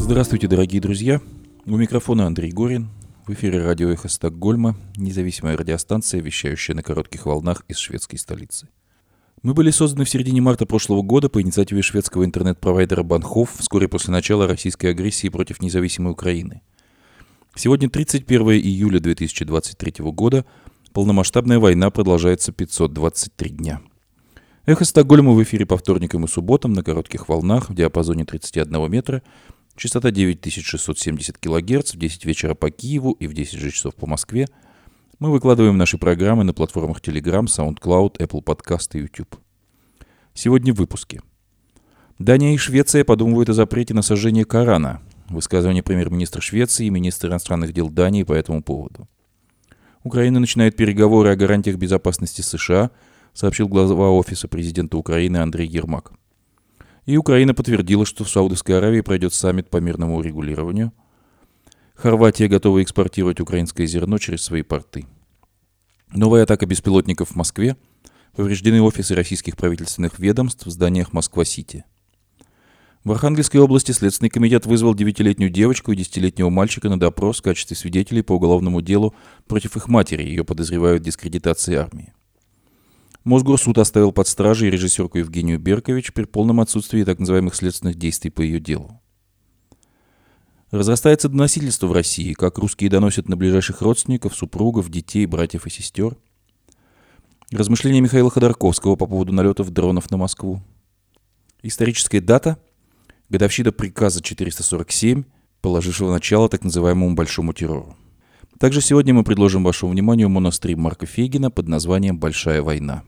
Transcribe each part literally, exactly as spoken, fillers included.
Здравствуйте, дорогие друзья. У микрофона Андрей Горин. В эфире радио «Эхо Стокгольма», независимая радиостанция, вещающая на коротких волнах из шведской столицы. Мы были созданы в середине марта прошлого года по инициативе шведского интернет-провайдера Банхоф вскоре после начала российской агрессии против независимой Украины. Сегодня тридцать первое июля две тысячи двадцать третьего года. Полномасштабная война продолжается пятьсот двадцать три дня. «Эхо Стокгольма» в эфире по вторникам и субботам на коротких волнах в диапазоне тридцать один метра, частота девять тысяч шестьсот семьдесят килогерц в десять вечера по Киеву и в десять же часов по Москве. Мы выкладываем наши программы на платформах Telegram, SoundCloud, Apple Podcast и YouTube. Сегодня в выпуске. Дания и Швеция подумывают о запрете на сожжение Корана. Высказывание премьер-министра Швеции и министра иностранных дел Дании по этому поводу. Украина начинает переговоры о гарантиях безопасности США, сообщил глава Офиса президента Украины Андрей Ермак. И Украина подтвердила, что в Саудовской Аравии пройдет саммит по мирному урегулированию. Хорватия готова экспортировать украинское зерно через свои порты. Новая атака беспилотников в Москве. Повреждены офисы российских правительственных ведомств в зданиях Москва-Сити. В Архангельской области Следственный комитет вызвал девятилетнюю девочку и десятилетнего мальчика на допрос в качестве свидетелей по уголовному делу против их матери. Ее подозревают в дискредитации армии. Мосгорсуд оставил под стражей режиссерку Евгению Беркович при полном отсутствии так называемых следственных действий по ее делу. Разрастается доносительство в России, как русские доносят на ближайших родственников, супругов, детей, братьев и сестер. Размышления Михаила Ходорковского по поводу налетов дронов на Москву. Историческая дата – годовщина приказа четыреста сорок семь, положившего начало так называемому Большому террору. Также сегодня мы предложим вашему вниманию монострим Марка Фейгина под названием «Большая война».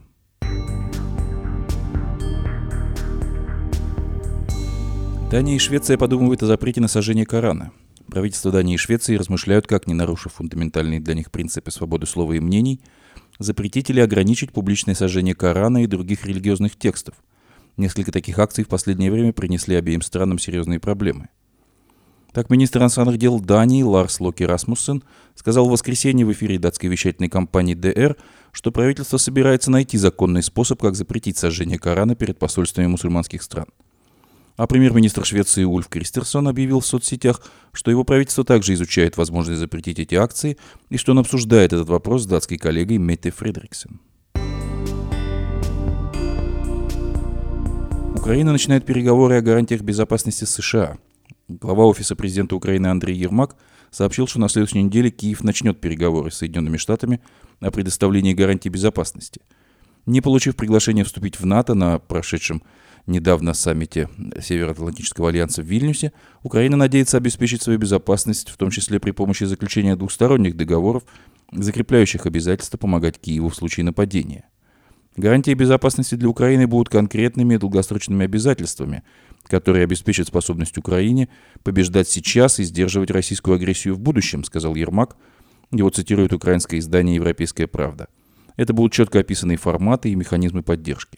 Дания и Швеция подумывают о запрете на сожжение Корана. Правительства Дании и Швеции размышляют, как, не нарушив фундаментальные для них принципы свободы слова и мнений, запретить или ограничить публичное сожжение Корана и других религиозных текстов. Несколько таких акций в последнее время принесли обеим странам серьезные проблемы. Так, министр иностранных дел Дании Ларс Локи Расмуссен сказал в воскресенье в эфире датской вещательной компании ди эр, что правительство собирается найти законный способ, как запретить сожжение Корана перед посольствами мусульманских стран. А премьер-министр Швеции Ульф Кристерсон объявил в соцсетях, что его правительство также изучает возможность запретить эти акции и что он обсуждает этот вопрос с датской коллегой Метте Фредриксен. Украина начинает переговоры о гарантиях безопасности США. Глава Офиса президента Украины Андрей Ермак сообщил, что на следующей неделе Киев начнет переговоры с Соединенными Штатами о предоставлении гарантий безопасности. Не получив приглашения вступить в НАТО на прошедшем недавно саммите Североатлантического альянса в Вильнюсе, Украина надеется обеспечить свою безопасность, в том числе при помощи заключения двухсторонних договоров, закрепляющих обязательства помогать Киеву в случае нападения. Гарантии безопасности для Украины будут конкретными и долгосрочными обязательствами, которые обеспечат способность Украине побеждать сейчас и сдерживать российскую агрессию в будущем, сказал Ермак. Его цитирует украинское издание «Европейская правда». Это будут четко описанные форматы и механизмы поддержки.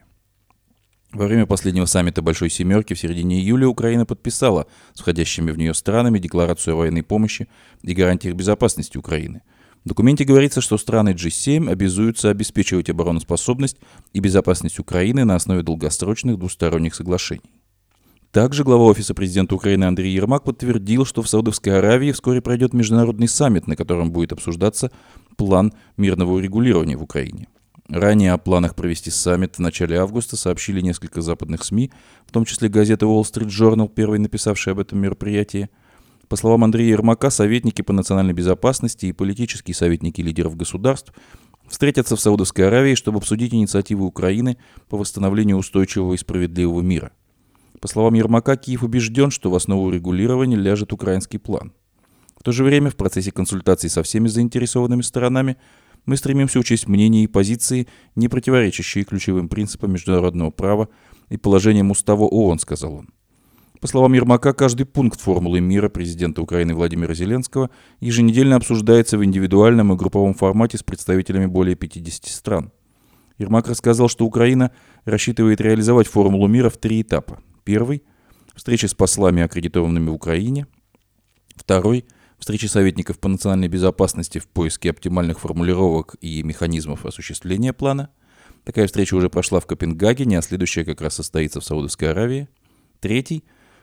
Во время последнего саммита Большой Семерки в середине июля Украина подписала с входящими в нее странами декларацию о военной помощи и гарантиях безопасности Украины. В документе говорится, что страны джи семь обязуются обеспечивать обороноспособность и безопасность Украины на основе долгосрочных двусторонних соглашений. Также глава Офиса президента Украины Андрей Ермак подтвердил, что в Саудовской Аравии вскоре пройдет международный саммит, на котором будет обсуждаться план мирного урегулирования в Украине. Ранее о планах провести саммит в начале августа сообщили несколько западных СМИ, в том числе газета Wall Street Journal, первой написавшая об этом мероприятии. По словам Андрея Ермака, советники по национальной безопасности и политические советники лидеров государств встретятся в Саудовской Аравии, чтобы обсудить инициативы Украины по восстановлению устойчивого и справедливого мира. По словам Ермака, Киев убежден, что в основу регулирования ляжет украинский план. В то же время в процессе консультаций со всеми заинтересованными сторонами мы стремимся учесть мнения и позиции, не противоречащие ключевым принципам международного права и положениям Устава ООН, сказал он. По словам Ермака, каждый пункт формулы мира президента Украины Владимира Зеленского еженедельно обсуждается в индивидуальном и групповом формате с представителями более пятидесяти стран. Ермак рассказал, что Украина рассчитывает реализовать формулу мира в три этапа. Первый – встреча с послами, аккредитованными в Украине. Второй – встреча советников по национальной безопасности в поиске оптимальных формулировок и механизмов осуществления плана. Такая встреча уже прошла в Копенгагене, а следующая как раз состоится в Саудовской Аравии. Третий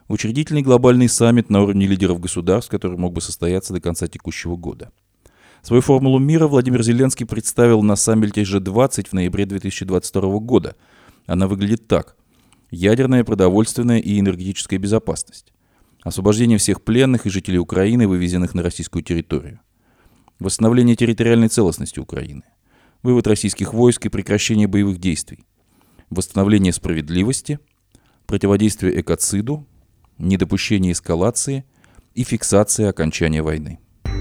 учредительный глобальный саммит на уровне лидеров государств, который мог бы состояться до конца текущего года. Свою формулу мира Владимир Зеленский представил на саммите джи двадцать в ноябре две тысячи двадцать второго года. Она выглядит так. Ядерная, продовольственная и энергетическая безопасность. Освобождение всех пленных и жителей Украины, вывезенных на российскую территорию. Восстановление территориальной целостности Украины. Вывод российских войск и прекращение боевых действий. Восстановление справедливости. Противодействие экоциду. Недопущение эскалации и фиксация окончания войны.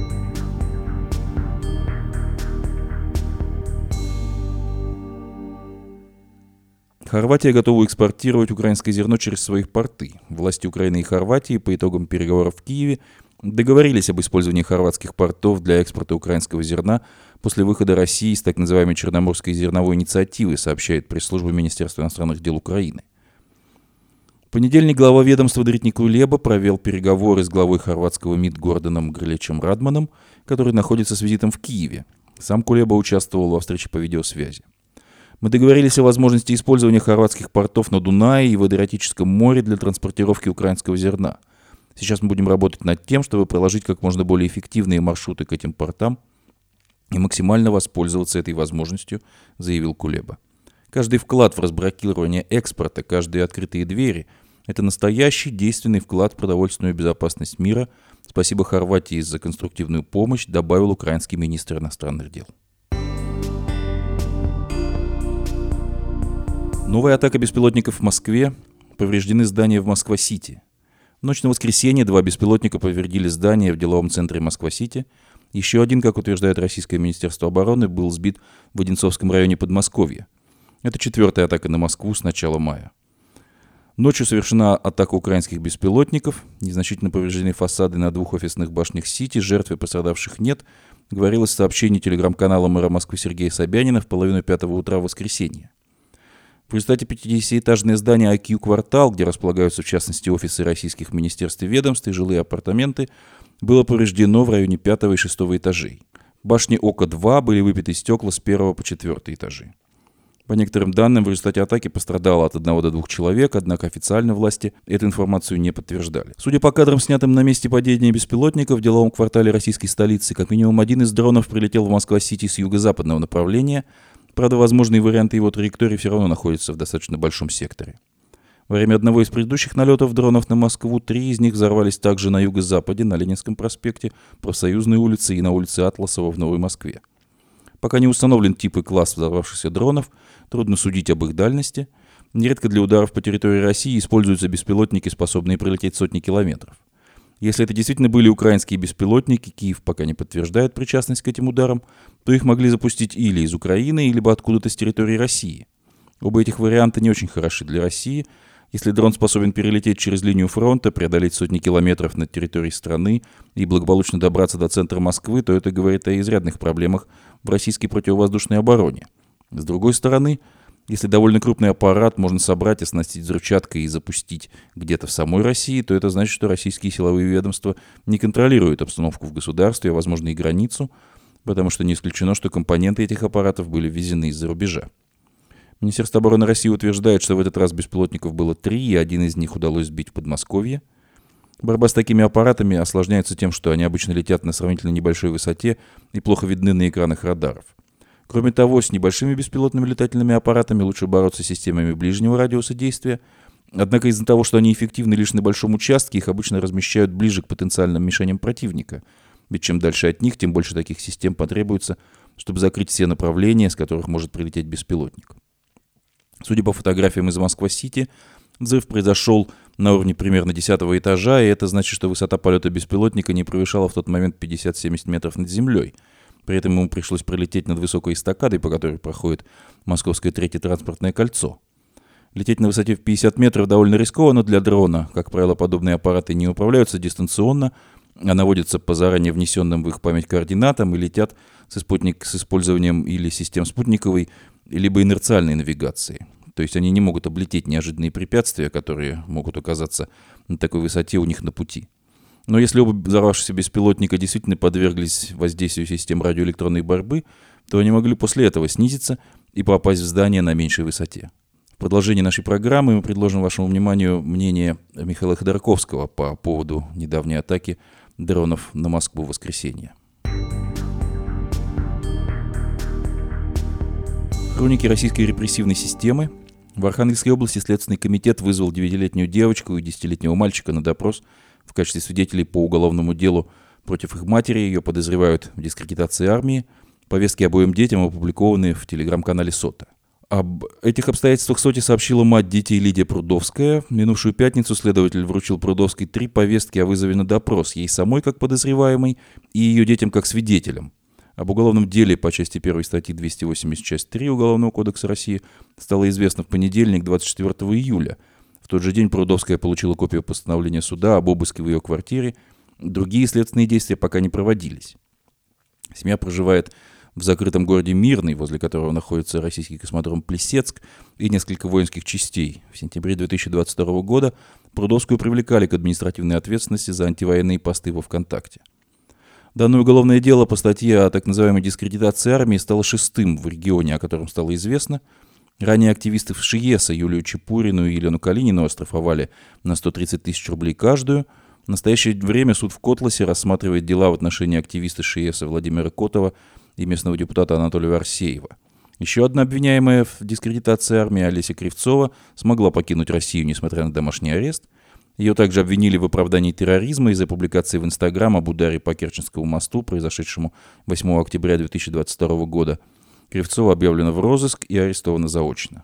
Хорватия готова экспортировать украинское зерно через свои порты. Власти Украины и Хорватии по итогам переговоров в Киеве договорились об использовании хорватских портов для экспорта украинского зерна после выхода России из так называемой Черноморской зерновой инициативы, сообщает пресс-служба Министерства иностранных дел Украины. В понедельник глава ведомства Дмитрий Кулеба провел переговоры с главой хорватского МИД Горданом Грилечем Радманом, который находится с визитом в Киеве. Сам Кулеба участвовал во встрече по видеосвязи. Мы договорились о возможности использования хорватских портов на Дунае и в Адриатическом море для транспортировки украинского зерна. Сейчас мы будем работать над тем, чтобы проложить как можно более эффективные маршруты к этим портам и максимально воспользоваться этой возможностью, заявил Кулеба. Каждый вклад в разблокирование экспорта, каждые открытые двери – это настоящий действенный вклад в продовольственную безопасность мира. Спасибо Хорватии за конструктивную помощь, добавил украинский министр иностранных дел. Новая атака беспилотников в Москве. Повреждены здания в Москва-Сити. В ночь на воскресенье два беспилотника повредили здание в деловом центре Москва-Сити. Еще один, как утверждает Российское Министерство обороны, был сбит в Одинцовском районе Подмосковья. Это четвертая атака на Москву с начала мая. Ночью совершена атака украинских беспилотников. Незначительно повреждены фасады на двух офисных башнях Сити. Жертв и пострадавших нет. Говорилось в сообщении телеграм-канала мэра Москвы Сергея Собянина в половину пятого утра в воскресенье. В результате пятидесятиэтажное здание ай кью-квартал, где располагаются в частности офисы российских министерств и ведомств и жилые апартаменты, было повреждено в районе пятого и шестого этажей. В башне Ока-два были выбиты стекла с первого по четвертый этажи. По некоторым данным, в результате атаки пострадало от одного до двух человек, однако официально власти эту информацию не подтверждали. Судя по кадрам, снятым на месте падения беспилотников в деловом квартале российской столицы, как минимум один из дронов прилетел в Москва-Сити с юго-западного направления. Правда, возможные варианты его траектории все равно находятся в достаточно большом секторе. Во время одного из предыдущих налетов дронов на Москву три из них взорвались также на юго-западе, на Ленинском проспекте, Профсоюзной улице и на улице Атласова в Новой Москве. Пока не установлен тип и класс взорвавшихся дронов, трудно судить об их дальности. Нередко для ударов по территории России используются беспилотники, способные пролететь сотни километров. Если это действительно были украинские беспилотники, Киев пока не подтверждает причастность к этим ударам, то их могли запустить или из Украины, либо откуда-то с территории России. Оба этих варианта не очень хороши для России. Если дрон способен перелететь через линию фронта, преодолеть сотни километров над территорией страны и благополучно добраться до центра Москвы, то это говорит о изрядных проблемах в российской противовоздушной обороне. С другой стороны, если довольно крупный аппарат можно собрать, оснастить взрывчаткой и запустить где-то в самой России, то это значит, что российские силовые ведомства не контролируют обстановку в государстве, а возможно и границу, потому что не исключено, что компоненты этих аппаратов были ввезены из-за рубежа. Министерство обороны России утверждает, что в этот раз беспилотников было три, и один из них удалось сбить в Подмосковье. Борьба с такими аппаратами осложняется тем, что они обычно летят на сравнительно небольшой высоте и плохо видны на экранах радаров. Кроме того, с небольшими беспилотными летательными аппаратами лучше бороться системами ближнего радиуса действия, однако из-за того, что они эффективны лишь на большом участке, их обычно размещают ближе к потенциальным мишеням противника, ведь чем дальше от них, тем больше таких систем потребуется, чтобы закрыть все направления, с которых может прилететь беспилотник. Судя по фотографиям из Москва-Сити, взрыв произошел на уровне примерно десятого этажа, и это значит, что высота полета беспилотника не превышала в тот момент пятьдесят-семьдесят метров над землей. При этом ему пришлось пролететь над высокой эстакадой, по которой проходит Московское третье транспортное кольцо. Лететь на высоте в пятьдесят метров довольно рискованно для дрона. Как правило, подобные аппараты не управляются дистанционно, а наводятся по заранее внесенным в их память координатам и летят со спутник, с использованием или систем спутниковой, либо инерциальной навигации. То есть они не могут облететь неожиданные препятствия, которые могут оказаться на такой высоте у них на пути. Но если оба взорвавшихся беспилотника действительно подверглись воздействию систем радиоэлектронной борьбы, то они могли после этого снизиться и попасть в здание на меньшей высоте. В продолжении нашей программы мы предложим вашему вниманию мнение Михаила Ходорковского по поводу недавней атаки дронов на Москву в воскресенье. Хроники российской репрессивной системы. В Архангельской области Следственный комитет вызвал девятилетнюю девочку и десятилетнего мальчика на допрос в качестве свидетелей по уголовному делу против их матери. Ее подозревают в дискредитации армии. Повестки обоим детям опубликованы в телеграм-канале СОТА. Об этих обстоятельствах СОТе сообщила мать детей Лидия Прудовская. В минувшую пятницу следователь вручил Прудовской три повестки о вызове на допрос, ей самой как подозреваемой и ее детям как свидетелям. Об уголовном деле по части первой статьи двести восемьдесят часть три Уголовного кодекса России стало известно в понедельник, двадцать четвёртого июля. В тот же день Прудовская получила копию постановления суда об обыске в ее квартире. Другие следственные действия пока не проводились. Семья проживает в закрытом городе Мирный, возле которого находится российский космодром Плесецк и несколько воинских частей. В сентябре две тысячи двадцать второго года Прудовскую привлекали к административной ответственности за антивоенные посты во ВКонтакте. Данное уголовное дело по статье о так называемой дискредитации армии стало шестым в регионе, о котором стало известно. Ранее активисты ШИЕСа Юлию Чепурину и Елену Калинину оштрафовали на сто тридцать тысяч рублей каждую. В настоящее время суд в Котласе рассматривает дела в отношении активиста ШИЕСа Владимира Котова и местного депутата Анатолия Арсеева. Еще одна обвиняемая в дискредитации армии Олеся Кривцова смогла покинуть Россию, несмотря на домашний арест. Ее также обвинили в оправдании терроризма из-за публикации в Инстаграм об ударе по Керченскому мосту, произошедшему восьмого октября две тысячи двадцать второго года. Кривцова объявлена в розыск и арестована заочно.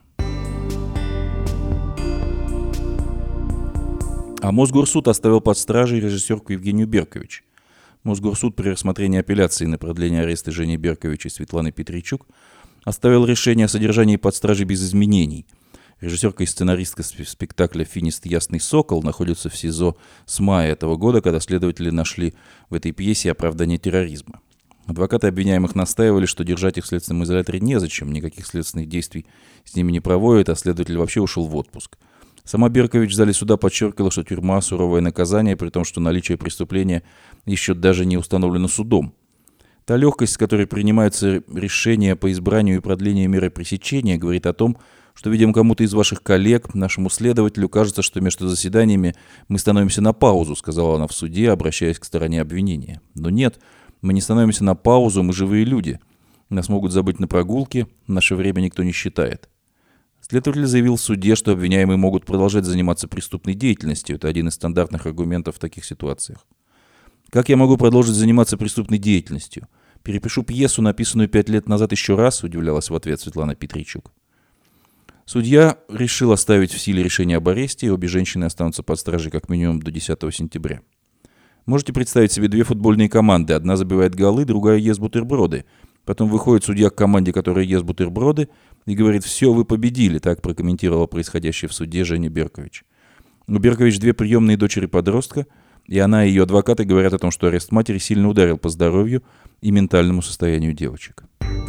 А Мосгорсуд оставил под стражей режиссерку Евгению Беркович. Мосгорсуд при рассмотрении апелляции на продление ареста Жени Беркович и Светланы Петричук оставил решение о содержании под стражей без изменений. Режиссерка и сценаристка спектакля «Финист Ясный Сокол» находится в СИЗО с мая этого года, когда следователи нашли в этой пьесе оправдание терроризма. Адвокаты обвиняемых настаивали, что держать их в следственном изоляторе незачем, никаких следственных действий с ними не проводят, а следователь вообще ушел в отпуск. Сама Беркович в зале суда подчеркивала, что тюрьма – суровое наказание, при том, что наличие преступления еще даже не установлено судом. Та легкость, с которой принимаются решения по избранию и продлению меры пресечения, говорит о том, что, видимо, кому-то из ваших коллег, нашему следователю, кажется, что между заседаниями мы становимся на паузу, сказала она в суде, обращаясь к стороне обвинения. Но нет, мы не становимся на паузу, мы живые люди. Нас могут забыть на прогулке, наше время никто не считает. Следователь заявил в суде, что обвиняемые могут продолжать заниматься преступной деятельностью. Это один из стандартных аргументов в таких ситуациях. Как я могу продолжить заниматься преступной деятельностью? Перепишу пьесу, написанную пять лет назад еще раз, удивлялась в ответ Светлана Петричук. Судья решил оставить в силе решение об аресте, и обе женщины останутся под стражей как минимум до десятого сентября. Можете представить себе две футбольные команды. Одна забивает голы, другая ест бутерброды. Потом выходит судья к команде, которая ест бутерброды, и говорит: «Все, вы победили», так прокомментировала происходящее в суде Женя Беркович. У Беркович две приемные дочери подростка, и она и ее адвокаты говорят о том, что арест матери сильно ударил по здоровью и ментальному состоянию девочек.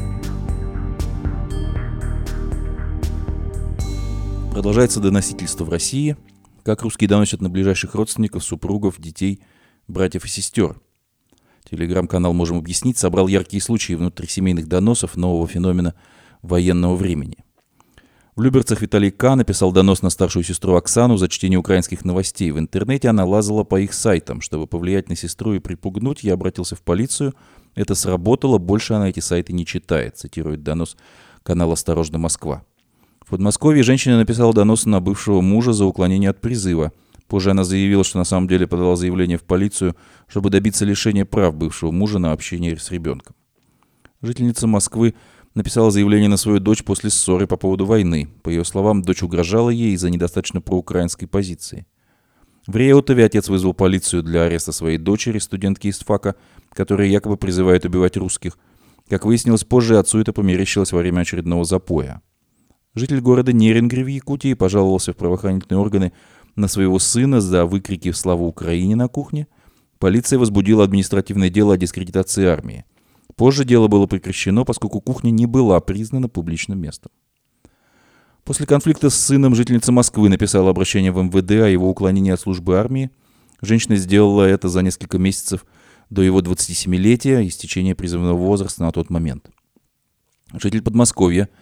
Продолжается доносительство в России. Как русские доносят на ближайших родственников, супругов, детей, братьев и сестер. Телеграм-канал «Можем объяснить» собрал яркие случаи внутрисемейных доносов нового феномена военного времени. В Люберцах Виталий К. написал донос на старшую сестру Оксану за чтение украинских новостей. В интернете она лазала по их сайтам. Чтобы повлиять на сестру и припугнуть, я обратился в полицию. Это сработало, больше она эти сайты не читает, цитирует донос канала «Осторожно, Москва». В Подмосковье женщина написала донос на бывшего мужа за уклонение от призыва. Позже она заявила, что на самом деле подала заявление в полицию, чтобы добиться лишения прав бывшего мужа на общение с ребенком. Жительница Москвы написала заявление на свою дочь после ссоры по поводу войны. По ее словам, дочь угрожала ей из-за недостаточно проукраинской позиции. В Реутове отец вызвал полицию для ареста своей дочери, студентки из ФАКа, которая якобы призывает убивать русских. Как выяснилось позже, отцу это померещилось во время очередного запоя. Житель города Нерингри в Якутии пожаловался в правоохранительные органы на своего сына за выкрики «Слава Украине» на кухне. Полиция возбудила административное дело о дискредитации армии. Позже дело было прекращено, поскольку кухня не была признана публичным местом. После конфликта с сыном жительница Москвы написала обращение в эм вэ дэ о его уклонении от службы армии. Женщина сделала это за несколько месяцев до его двадцатисемилетия и истечения призывного возраста на тот момент. Житель Подмосковья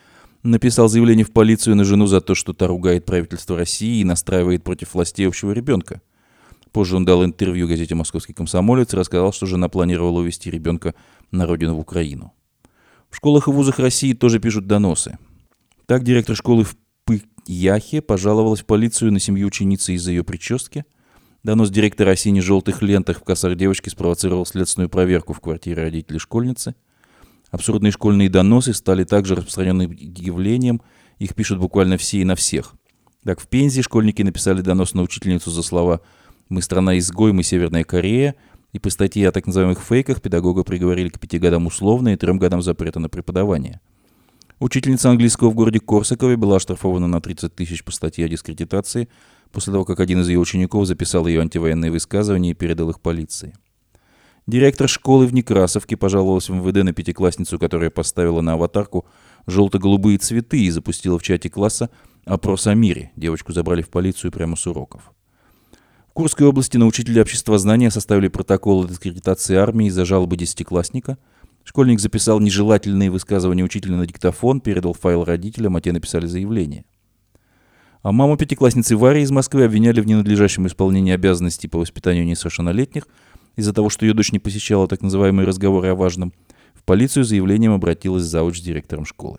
написал заявление в полицию на жену за то, что та ругает правительство России и настраивает против властей общего ребенка. Позже он дал интервью газете «Московский комсомолец» и рассказал, что жена планировала увезти ребенка на родину в Украину. В школах и вузах России тоже пишут доносы. Так директор школы в Пыяхе пожаловалась в полицию на семью ученицы из-за ее прически. Донос директора о сине-желтых лентах в косах девочки спровоцировал следственную проверку в квартире родителей школьницы. Абсурдные школьные доносы стали также распространенным явлением, их пишут буквально все и на всех. Так, в Пензе школьники написали донос на учительницу за слова «Мы страна-изгой, мы Северная Корея», и по статье о так называемых фейках педагога приговорили к пяти годам условно и трем годам запрета на преподавание. Учительница английского в городе Корсакове была оштрафована на тридцать тысяч по статье о дискредитации после того, как один из ее учеников записал ее антивоенные высказывания и передал их полиции. Директор школы в Некрасовке пожаловалась в эм вэ дэ на пятиклассницу, которая поставила на аватарку желто-голубые цветы и запустила в чате класса опрос о мире. Девочку забрали в полицию прямо с уроков. В Курской области на учителя обществознания составили протокол о дискредитации армии из-за жалобы десятиклассника. Школьник записал нежелательные высказывания учителя на диктофон, передал файл родителям, а те написали заявление. А маму пятиклассницы Вари из Москвы обвиняли в ненадлежащем исполнении обязанностей по воспитанию несовершеннолетних. Из-за того, что ее дочь не посещала так называемые разговоры о важном, в полицию с заявлением обратилась завуч с директором школы.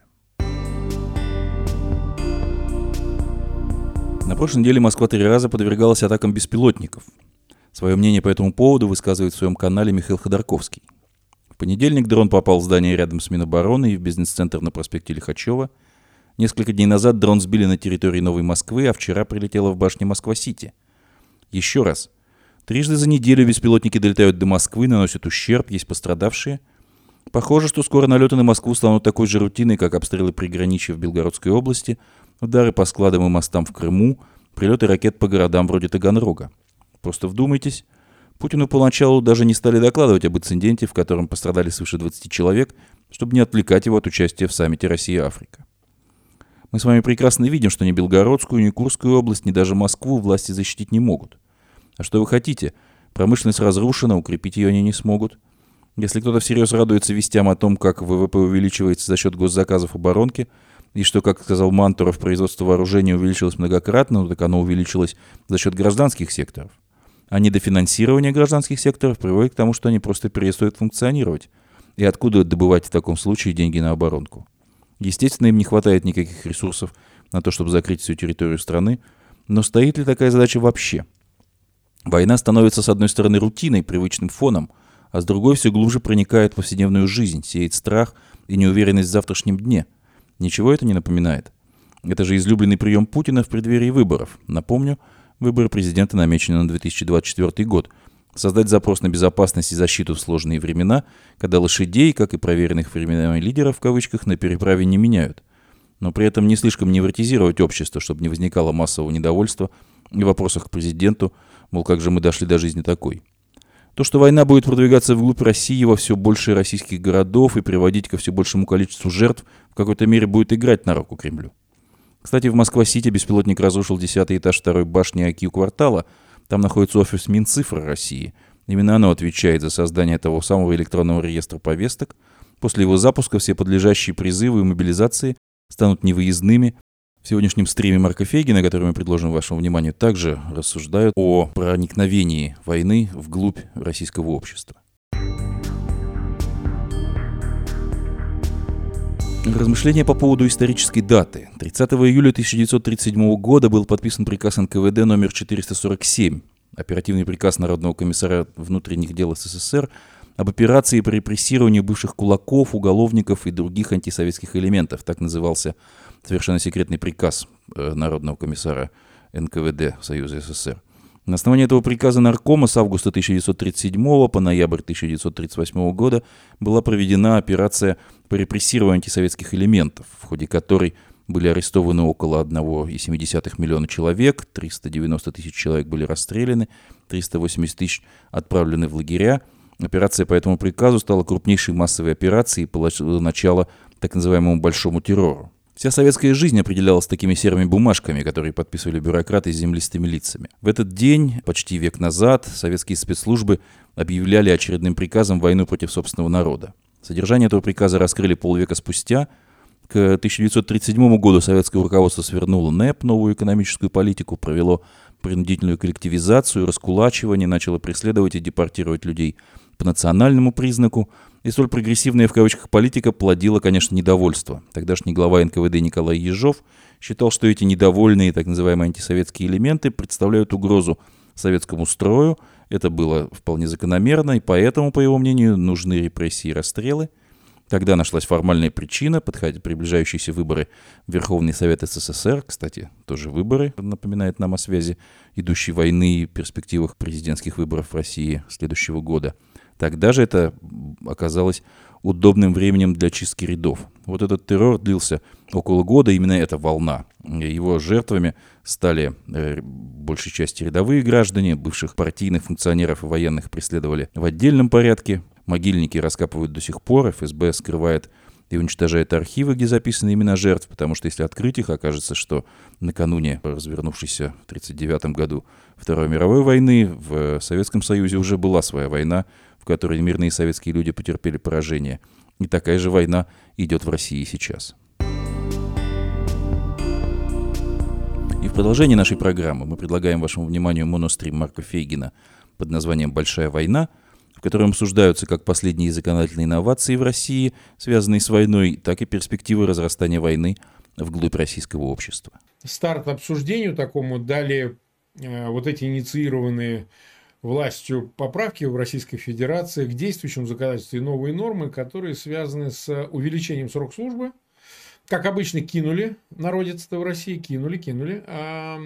На прошлой неделе Москва три раза подвергалась атакам беспилотников. Свое мнение по этому поводу высказывает в своем канале Михаил Ходорковский. В понедельник дрон попал в здание рядом с Минобороны и в бизнес-центр на проспекте Лихачева. Несколько дней назад дрон сбили на территории Новой Москвы, а вчера прилетело в башне Москва-Сити. Еще раз. Трижды за неделю беспилотники долетают до Москвы, наносят ущерб, есть пострадавшие. Похоже, что скоро налеты на Москву станут такой же рутиной, как обстрелы приграничья в Белгородской области, удары по складам и мостам в Крыму, прилеты ракет по городам вроде Таганрога. Просто вдумайтесь, Путину поначалу даже не стали докладывать об инциденте, в котором пострадали свыше двадцати человек, чтобы не отвлекать его от участия в саммите Россия-Африка. Мы с вами прекрасно видим, что ни Белгородскую, ни Курскую область, ни даже Москву власти защитить не могут. А что вы хотите? Промышленность разрушена, укрепить ее они не смогут. Если кто-то всерьез радуется вестям о том, как вэ вэ пэ увеличивается за счет госзаказов оборонки, и что, как сказал Мантуров, производство вооружений увеличилось многократно, ну так оно увеличилось за счет гражданских секторов. А недофинансирование гражданских секторов приводит к тому, что они просто перестают функционировать. И откуда добывать в таком случае деньги на оборонку? Естественно, им не хватает никаких ресурсов на то, чтобы закрыть всю территорию страны. Но стоит ли такая задача вообще? Война становится, с одной стороны, рутиной, привычным фоном, а с другой все глубже проникает в повседневную жизнь, сеет страх и неуверенность в завтрашнем дне. Ничего это не напоминает. Это же излюбленный прием Путина в преддверии выборов. Напомню, выборы президента намечены на две тысячи двадцать четвёртый год. Создать запрос на безопасность и защиту в сложные времена, когда лошадей, как и проверенных временами лидеров, в кавычках, на переправе не меняют. Но при этом не слишком невротизировать общество, чтобы не возникало массового недовольства и вопросах к президенту, мол, как же мы дошли до жизни такой. То, что война будет продвигаться вглубь России во все больше российских городов и приводить ко все большему количеству жертв, в какой-то мере будет играть на руку Кремлю. Кстати, в Москва-Сити беспилотник разрушил десятый этаж второй башни АКИ-квартала. Там находится офис Минцифры России. Именно оно отвечает за создание того самого электронного реестра повесток. После его запуска все подлежащие призывы и мобилизации станут невыездными. В сегодняшнем стриме Марка Фейгина, который мы предложим вашему вниманию, также рассуждают о проникновении войны вглубь российского общества. Размышления по поводу исторической даты. тридцатого июля тысяча девятьсот тридцать седьмого года был подписан приказ эн ка вэ дэ номер четыреста сорок семь, оперативный приказ Народного комиссара внутренних дел эс эс эс эр об операции по репрессированию бывших кулаков, уголовников и других антисоветских элементов. Так назывался совершенно секретный приказ Народного комиссара эн ка вэ дэ Союза эс эс эс эр. На основании этого приказа Наркома с августа тысяча девятьсот тридцать седьмого по ноябрь тысяча девятьсот тридцать восьмого года была проведена операция по репрессированию антисоветских элементов, в ходе которой были арестованы около одного целых семь десятых миллиона человек, триста девяносто тысяч человек были расстреляны, триста восемьдесят тысяч отправлены в лагеря. Операция по этому приказу стала крупнейшей массовой операцией и положила начало так называемому «большому террору». Вся советская жизнь определялась такими серыми бумажками, которые подписывали бюрократы с землистыми лицами. В этот день, почти век назад, советские спецслужбы объявляли очередным приказом войну против собственного народа. Содержание этого приказа раскрыли полвека спустя. К тысяча девятьсот тридцать седьмому году советское руководство свернуло НЭП, новую экономическую политику, провело принудительную коллективизацию, раскулачивание, начало преследовать и депортировать людей по национальному признаку. И столь прогрессивная в кавычках политика плодила, конечно, недовольство. Тогдашний глава эн ка вэ дэ Николай Ежов считал, что эти недовольные так называемые антисоветские элементы представляют угрозу советскому строю. Это было вполне закономерно, и поэтому, по его мнению, нужны репрессии и расстрелы. Тогда нашлась формальная причина, подходя приближающиеся выборы в Верховный Совет эс эс эс эр. Кстати, тоже выборы, напоминает нам о связи идущей войны и перспективах президентских выборов в России следующего года. Тогда же это оказалось удобным временем для чистки рядов. Вот этот террор длился около года, именно эта волна. Его жертвами стали э, большей части рядовые граждане, бывших партийных функционеров и военных преследовали в отдельном порядке. Могильники раскапывают до сих пор, эф эс бэ скрывает и уничтожает архивы, где записаны имена жертв, потому что если открыть их, окажется, что накануне развернувшейся в тридцать девятом году Второй мировой войны в Советском Союзе уже была своя война, в которой мирные советские люди потерпели поражение. И такая же война идет в России сейчас. И в продолжении нашей программы мы предлагаем вашему вниманию монострим Марка Фейгина под названием «Большая война», в котором обсуждаются как последние законодательные инновации в России, связанные с войной, так и перспективы разрастания войны вглубь российского общества. Старт обсуждению такому дали э, вот эти инициированные властью поправки в Российской Федерации к действующему законодательству и новые нормы, которые связаны с увеличением срока службы. Как обычно, кинули, народец-то в России кинули, кинули, а,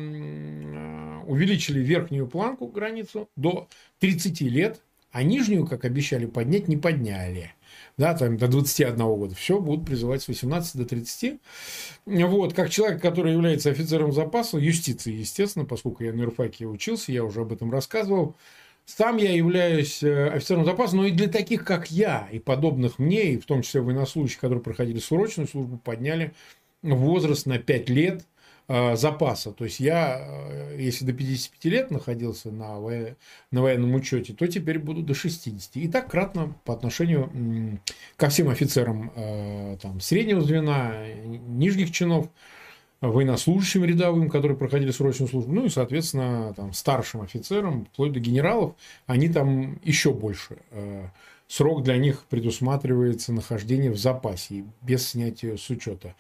а, увеличили верхнюю планку, границу, до тридцати лет. А нижнюю, как обещали, поднять не подняли. Да, там до двадцати одного года. Все будут призывать с восемнадцати до тридцати. Вот, как человек, который является офицером запаса, юстиции, естественно, поскольку я на юрфаке учился, я уже об этом рассказывал. Сам я являюсь офицером запаса, но и для таких, как я, и подобных мне, и в том числе военнослужащих, которые проходили срочную службу, подняли возраст на пять лет запаса. То есть я, если до пятидесяти пяти лет находился на, во... на военном учете, то теперь буду до шестидесяти. И так кратно по отношению ко всем офицерам там, среднего звена, нижних чинов, военнослужащим рядовым, которые проходили срочную службу, ну и, соответственно, там, старшим офицерам, вплоть до генералов, они там еще больше. Срок для них предусматривается нахождение в запасе, без снятия с учета.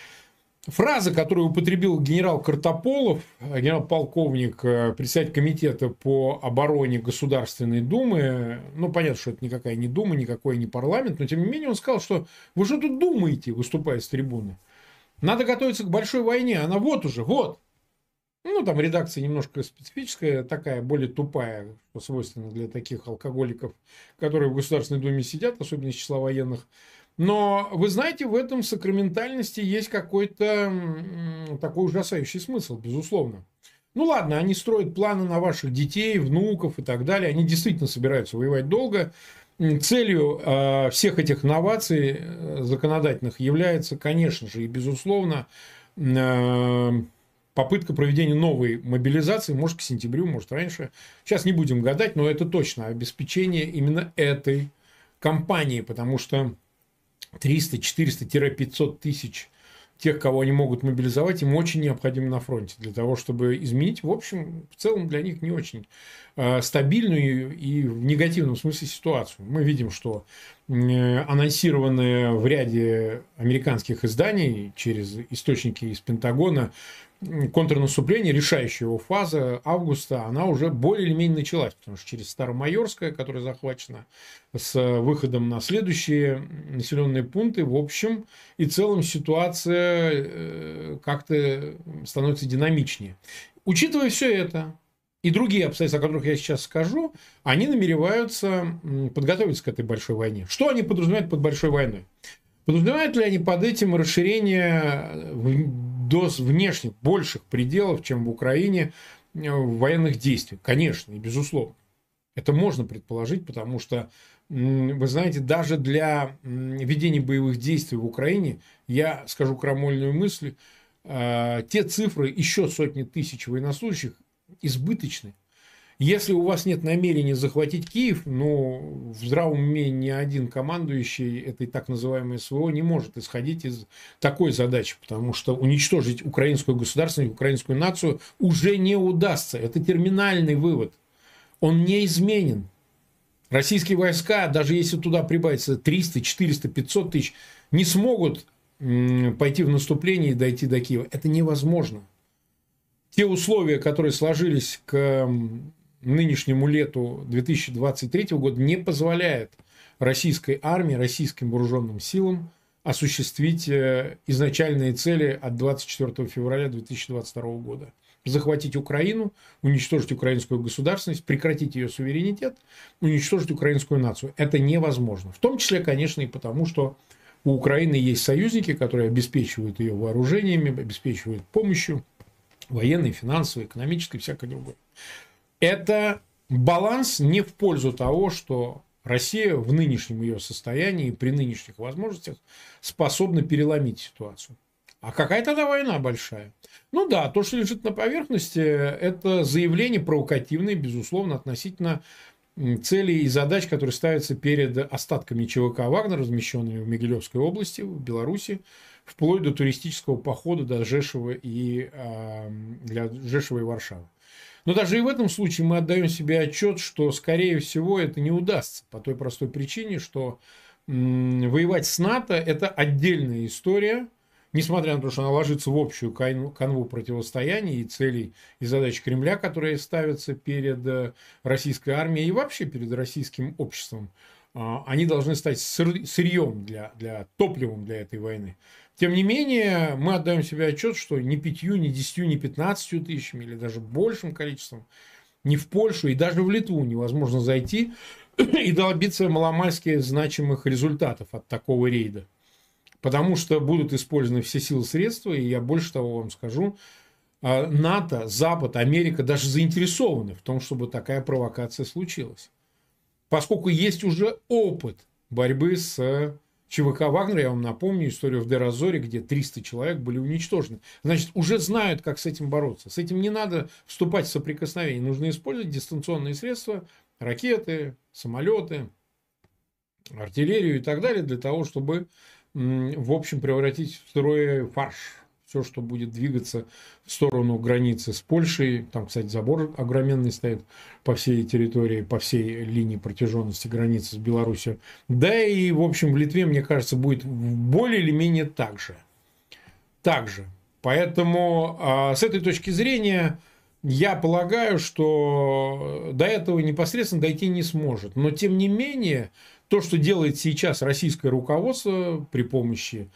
Фраза, которую употребил генерал Картополов, генерал-полковник, председатель комитета по обороне Государственной Думы, ну, понятно, что это никакая не Дума, никакой не парламент, но, тем не менее, он сказал, что вы что тут думаете, выступая с трибуны? Надо готовиться к большой войне, она вот уже, вот. Ну, там редакция немножко специфическая, такая, более тупая, что свойственно для таких алкоголиков, которые в Государственной Думе сидят, особенно из числа военных. Но, вы знаете, в этом сакраментальности есть какой-то такой ужасающий смысл, безусловно. Ну, ладно, они строят планы на ваших детей, внуков и так далее. Они действительно собираются воевать долго. Целью э, всех этих новаций э, законодательных является, конечно же, и безусловно, э, попытка проведения новой мобилизации, может, к сентябрю, может, раньше. Сейчас не будем гадать, но это точно обеспечение именно этой кампании, потому что триста, четыреста, пятьсот тысяч тех, кого они могут мобилизовать, им очень необходимо на фронте для того, чтобы изменить, в общем, в целом для них не очень э, стабильную и в негативном смысле ситуацию. Мы видим, что э, анонсированное в ряде американских изданий через источники из Пентагона контрнаступление, решающая его фаза августа, она уже более или менее началась, потому что через Старомайорское, которое захвачено, с выходом на следующие населенные пункты, в общем и целом ситуация как-то становится динамичнее. Учитывая все это и другие обстоятельства, о которых я сейчас скажу, они намереваются подготовиться к этой большой войне. Что они подразумевают под большой войной? Подразумевают ли они под этим расширение до внешних, больших пределов, чем в Украине, военных действий? Конечно, и безусловно. Это можно предположить, потому что, вы знаете, даже для ведения боевых действий в Украине, я скажу крамольную мысль, те цифры, еще сотни тысяч военнослужащих избыточны. Если у вас нет намерения захватить Киев, ну, в здравом уме ни один командующий этой так называемой СВО не может исходить из такой задачи, потому что уничтожить украинскую государственность, украинскую нацию уже не удастся. Это терминальный вывод. Он неизменен. Российские войска, даже если туда прибавится триста, четыреста, пятьсот тысяч, не смогут пойти в наступление и дойти до Киева. Это невозможно. Те условия, которые сложились к нынешнему лету две тысячи двадцать третьего года, не позволяют российской армии, российским вооруженным силам осуществить изначальные цели от двадцать четвёртого февраля две тысячи двадцать второго года. Захватить Украину, уничтожить украинскую государственность, прекратить ее суверенитет, уничтожить украинскую нацию. Это невозможно. В том числе, конечно, и потому, что у Украины есть союзники, которые обеспечивают ее вооружениями, обеспечивают помощью военной, финансовой, экономической, всякой другой. Это баланс не в пользу того, что Россия в нынешнем ее состоянии, при нынешних возможностях способна переломить ситуацию. А какая тогда война большая? Ну да, то, что лежит на поверхности, это заявление провокативное, безусловно, относительно целей и задач, которые ставятся перед остатками ЧВК «Вагнер», размещенными в Могилевской области, в Беларуси, вплоть до туристического похода до Жешева и, э, для Жешева и Варшавы. Но даже и в этом случае мы отдаем себе отчет, что, скорее всего, это не удастся. По той простой причине, что м, воевать с НАТО – это отдельная история, несмотря на то, что она ложится в общую канву противостояния и целей и задач Кремля, которые ставятся перед российской армией и вообще перед российским обществом. Они должны стать сырьем, для, для, топливом для этой войны. Тем не менее, мы отдаем себе отчет, что ни пятью, ни десятью, ни пятнадцатью тысячами, или даже большим количеством, ни в Польшу и даже в Литву невозможно зайти и добиться маломальски значимых результатов от такого рейда. Потому что будут использованы все силы и средства, и я больше того вам скажу, НАТО, Запад, Америка даже заинтересованы в том, чтобы такая провокация случилась. Поскольку есть уже опыт борьбы с ЧВК «Вагнер», я вам напомню историю в Дер-Азоре, где триста человек были уничтожены. Значит, уже знают, как с этим бороться. С этим не надо вступать в соприкосновение. Нужно использовать дистанционные средства, ракеты, самолеты, артиллерию и так далее, для того, чтобы, в общем, превратить в сырой фарш все, что будет двигаться в сторону границы с Польшей. Там, кстати, забор огроменный стоит по всей территории, по всей линии протяженности границы с Беларусью. Да и, в общем, в Литве, мне кажется, будет более или менее так же. Так же. Поэтому а, с этой точки зрения я полагаю, что до этого непосредственно дойти не сможет. Но, тем не менее, то, что делает сейчас российское руководство при помощи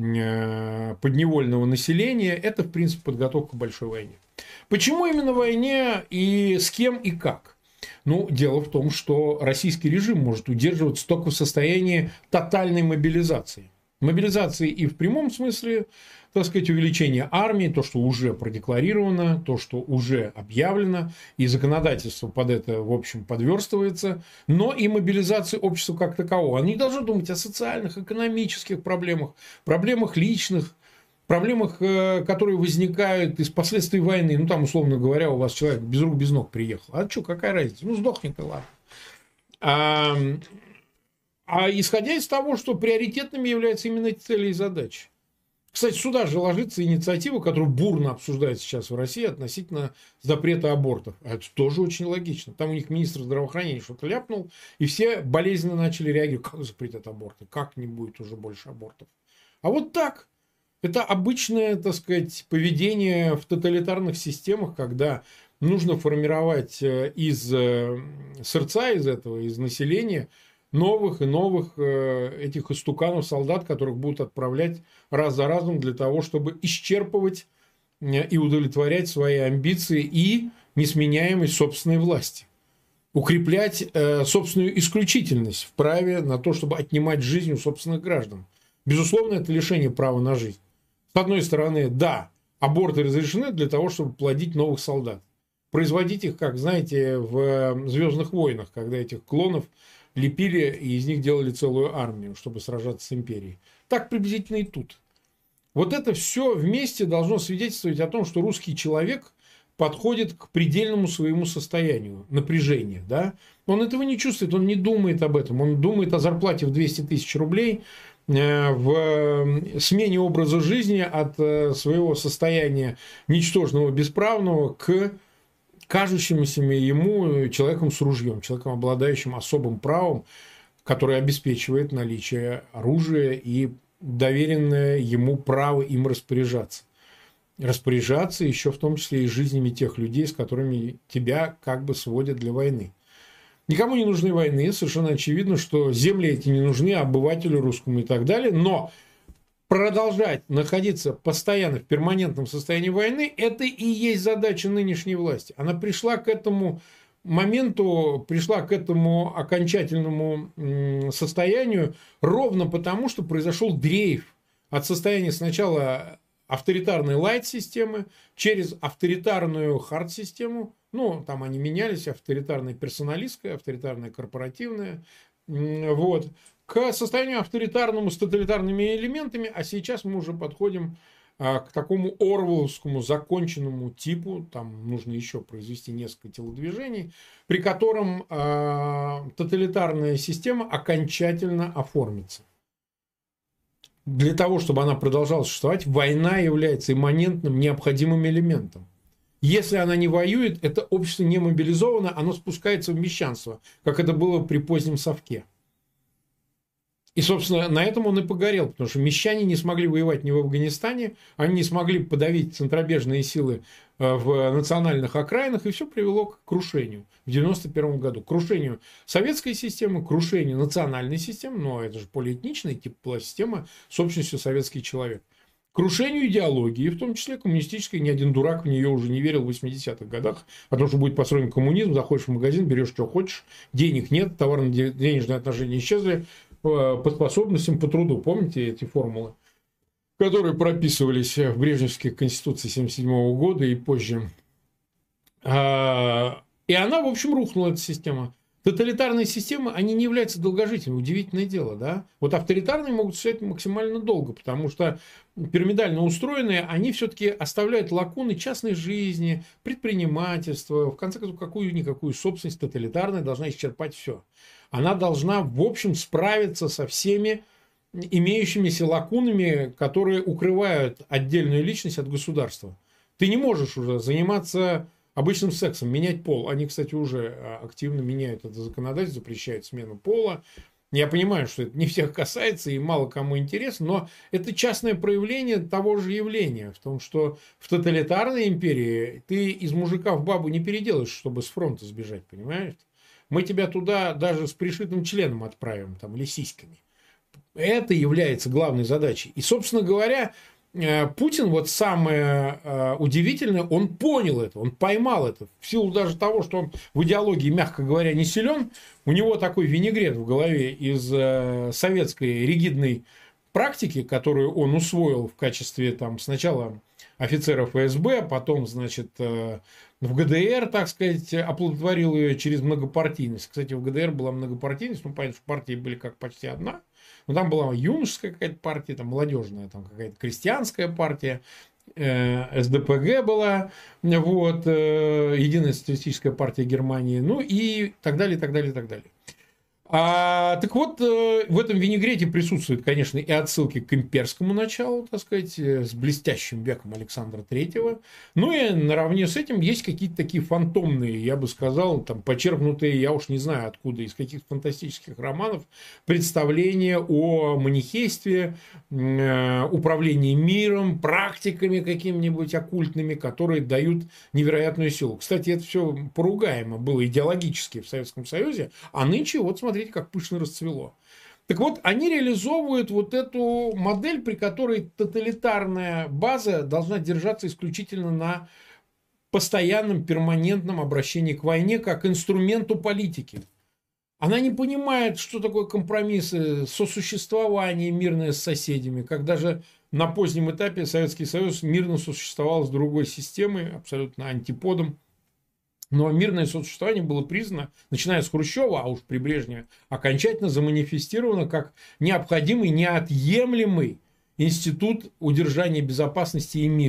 подневольного населения, это, в принципе, подготовка к большой войне. Почему именно войне и с кем и как? Ну, дело в том, что российский режим может удерживаться только в состоянии тотальной мобилизации. Мобилизации и в прямом смысле, так сказать, увеличения армии, то, что уже продекларировано, то, что уже объявлено, и законодательство под это, в общем, подверстывается, но и мобилизации общества как такового. Они должны думать о социальных, экономических проблемах, проблемах личных, проблемах, которые возникают из последствий войны. Ну, там, условно говоря, у вас человек без рук, без ног приехал. А что, какая разница? Ну, сдохнет и ладно. А, а исходя из того, что приоритетными являются именно эти цели и задачи. Кстати, сюда же ложится инициатива, которую бурно обсуждают сейчас в России относительно запрета абортов. А это тоже очень логично. Там у них министр здравоохранения что-то ляпнул, и все болезненно начали реагировать. Как запретят аборты? Как не будет уже больше абортов? А вот так. Это обычное, так сказать, поведение в тоталитарных системах, когда нужно формировать из сердца, из этого, из населения новых и новых этих истуканов, солдат, которых будут отправлять раз за разом для того, чтобы исчерпывать и удовлетворять свои амбиции и несменяемость собственной власти. Укреплять собственную исключительность в праве на то, чтобы отнимать жизнь у собственных граждан. Безусловно, это лишение права на жизнь. С одной стороны, да, аборты разрешены для того, чтобы плодить новых солдат. Производить их, как знаете, в «Звездных войнах», когда этих клонов лепили и из них делали целую армию, чтобы сражаться с империей. Так приблизительно и тут. Вот это все вместе должно свидетельствовать о том, что русский человек подходит к предельному своему состоянию напряжения. Да? Он этого не чувствует, он не думает об этом. Он думает о зарплате в двести тысяч рублей, в смене образа жизни от своего состояния ничтожного, бесправного к кажущемуся ему человеком с ружьем, человеком, обладающим особым правом, который обеспечивает наличие оружия и доверенное ему право им распоряжаться. Распоряжаться еще в том числе и жизнями тех людей, с которыми тебя как бы сводят для войны. Никому не нужны войны, совершенно очевидно, что земли эти не нужны обывателю русскому и так далее, но продолжать находиться постоянно в перманентном состоянии войны, это и есть задача нынешней власти. Она пришла к этому моменту, пришла к этому окончательному состоянию ровно потому, что произошел дрейф от состояния сначала авторитарной лайт-системы через авторитарную хард-систему. Ну, там они менялись, авторитарная персоналистская, авторитарная корпоративная. Вот. К состоянию авторитарному с тоталитарными элементами. А сейчас мы уже подходим а, к такому орвелловскому законченному типу. Там нужно еще произвести несколько телодвижений, при котором а, тоталитарная система окончательно оформится. Для того, чтобы она продолжала существовать, война является имманентным, необходимым элементом. Если она не воюет, это общество не мобилизовано, оно спускается в мещанство, как это было при позднем совке. И, собственно, на этом он и погорел, потому что мещане не смогли воевать ни в Афганистане, они не смогли подавить центробежные силы в национальных окраинах, и все привело к крушению в девяносто первом году. К крушению советской системы, к крушению национальной системы, но это же полиэтничная тип была система с общностью советский человек. К крушению идеологии, в том числе коммунистической, ни один дурак в нее уже не верил в восьмидесятых годах, о том, что будет построен коммунизм, заходишь в магазин, берешь, что хочешь, денег нет, товарно-денежные отношения исчезли, по способностям, по труду. Помните эти формулы, которые прописывались в брежневских конституциях семьдесят седьмого года и позже. И она, в общем, рухнула, эта система. Тоталитарные системы, они не являются долгожителями. Удивительное дело, да? Вот авторитарные могут существовать максимально долго, потому что пирамидально устроенные, они все-таки оставляют лакуны частной жизни, предпринимательства. В конце концов, какую-никакую собственность тоталитарная должна исчерпать все. Она должна, в общем, справиться со всеми имеющимися лакунами, которые укрывают отдельную личность от государства. Ты не можешь уже заниматься обычным сексом, менять пол. Они, кстати, уже активно меняют это законодательство, запрещают смену пола. Я понимаю, что это не всех касается и мало кому интересно, но это частное проявление того же явления. В том, что в тоталитарной империи ты из мужика в бабу не переделаешь, чтобы с фронта сбежать, понимаешь? Мы тебя туда даже с пришитым членом отправим, там, или сиськами. Это является главной задачей. И, собственно говоря, Путин, вот самое удивительное, он понял это, он поймал это. В силу даже того, что он в идеологии, мягко говоря, не силен, у него такой винегрет в голове из советской ригидной практики, которую он усвоил в качестве там, сначала офицеров ФСБ, потом, значит, в ГДР, так сказать, оплодотворил ее через многопартийность. Кстати, в ГДР была многопартийность, ну, понятно, что партии были как почти одна. Но там была юношеская какая-то партия, там молодежная, там какая-то крестьянская партия, э, СДПГ была, вот, э, Единая социалистическая партия Германии, ну и так далее, так далее, так далее. А, так вот, э, в этом винегрете присутствуют, конечно, и отсылки к имперскому началу, так сказать, с блестящим веком Александра Третьего. Ну и наравне с этим есть какие-то такие фантомные, я бы сказал, там, почерпнутые, я уж не знаю откуда, из каких-то фантастических романов, представления о манихействе, э, управлении миром, практиками какими-нибудь оккультными, которые дают невероятную силу. Кстати, это все поругаемо было идеологически в Советском Союзе, а нынче, вот смотрите, как пышно расцвело. Так вот, они реализовывают вот эту модель, при которой тоталитарная база должна держаться исключительно на постоянном, перманентном обращении к войне как инструменту политики. Она не понимает, что такое компромиссы, сосуществование мирное с соседями, как даже на позднем этапе Советский Союз мирно сосуществовал с другой системой, абсолютно антиподом. Но мирное сосуществование было признано, начиная с Хрущева, а уж при Брежневе, окончательно заманифестировано как необходимый, неотъемлемый институт удержания безопасности и мира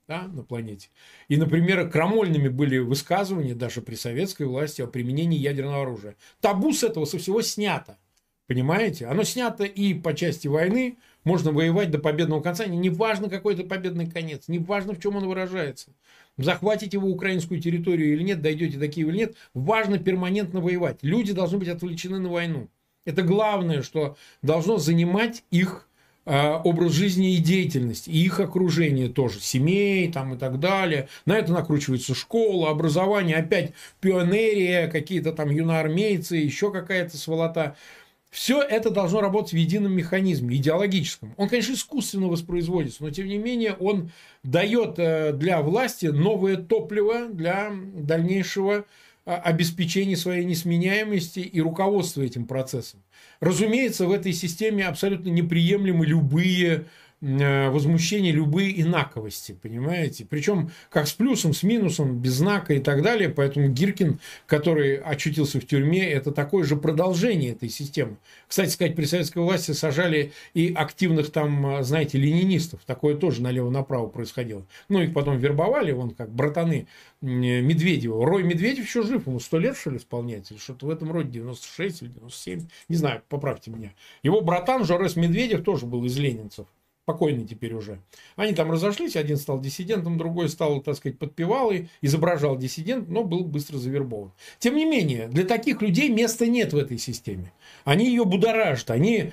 да, на планете. И, например, крамольными были высказывания даже при советской власти о применении ядерного оружия. Табу с этого со всего снято. Понимаете? Оно снято и по части войны. Можно воевать до победного конца. Не важно, какой это победный конец. Не важно, в чем он выражается. Захватите вы украинскую территорию или нет, дойдете до Киева или нет. Важно перманентно воевать. Люди должны быть отвлечены на войну. Это главное, что должно занимать их образ жизни и деятельности, и их окружение тоже, семей там и так далее. На это накручивается школа, образование, опять пионерия, какие-то там юноармейцы, еще какая-то сволота. Все это должно работать в едином механизме, идеологическом. Он, конечно, искусственно воспроизводится, но, тем не менее, он дает для власти новое топливо для дальнейшего обеспечения своей несменяемости и руководства этим процессом. Разумеется, в этой системе абсолютно неприемлемы любые возмущения, любые инаковости, понимаете? Причем как с плюсом, с минусом, без знака и так далее. Поэтому Гиркин, который очутился в тюрьме, это такое же продолжение этой системы. Кстати сказать, при советской власти сажали и активных там, знаете, ленинистов. Такое тоже налево-направо происходило. Ну, их потом вербовали, вон как братаны Медведева. Рой Медведев еще жив, ему сто лет, что ли, исполняется? Или что-то в этом роде, девяносто шесть или девяносто семь. Не знаю, поправьте меня. Его братан Жорес Медведев тоже был из ленинцев. Покойный теперь уже. Они там разошлись, один стал диссидентом, другой стал, так сказать, подпевалой, изображал диссидент, но был быстро завербован. Тем не менее, для таких людей места нет в этой системе. Они ее будоражат, они...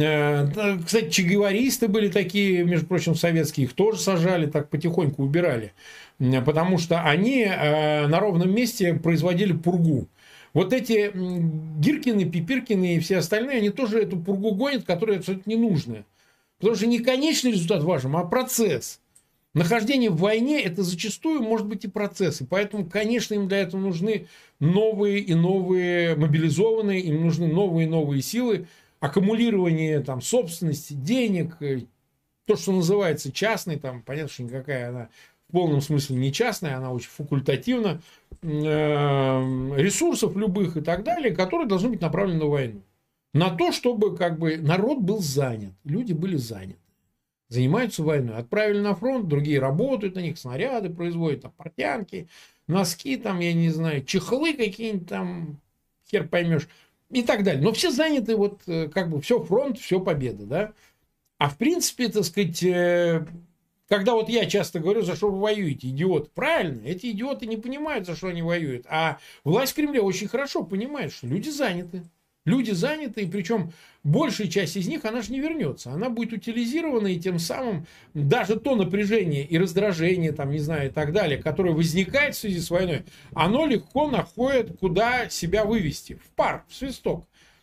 Кстати, чегеваристы были такие, между прочим, советские, их тоже сажали, так потихоньку убирали. Потому что они на ровном месте производили пургу. Вот эти Гиркины, Пипиркины и все остальные, они тоже эту пургу гонят, которая абсолютно ненужная. Потому что не конечный результат важен, а процесс. Нахождение в войне – это зачастую может быть и процесс. И поэтому, конечно, им для этого нужны новые и новые мобилизованные, им нужны новые и новые силы, аккумулирование там, собственности, денег, то, что называется частной, там, понятно, что никакая она в полном смысле не частная, она очень факультативна, ресурсов любых и так далее, которые должны быть направлены на войну. На то, чтобы как бы народ был занят, люди были заняты, занимаются войной. Отправили на фронт, другие работают на них, снаряды производят, там, портянки, носки, там, я не знаю, чехлы какие-нибудь там, хер поймешь, и так далее. Но все заняты, вот как бы все фронт, все победа, да. А в принципе, так сказать, когда вот я часто говорю, за что вы воюете, идиот, правильно, эти идиоты не понимают, за что они воюют. А власть в Кремле очень хорошо понимает, что люди заняты. Люди заняты, и причем большая часть из них, она же не вернется. Она будет утилизирована, и тем самым даже то напряжение и раздражение, там, не знаю, и так далее, которое возникает в связи с войной, оно легко находит, куда себя вывести. В пар, в свисток,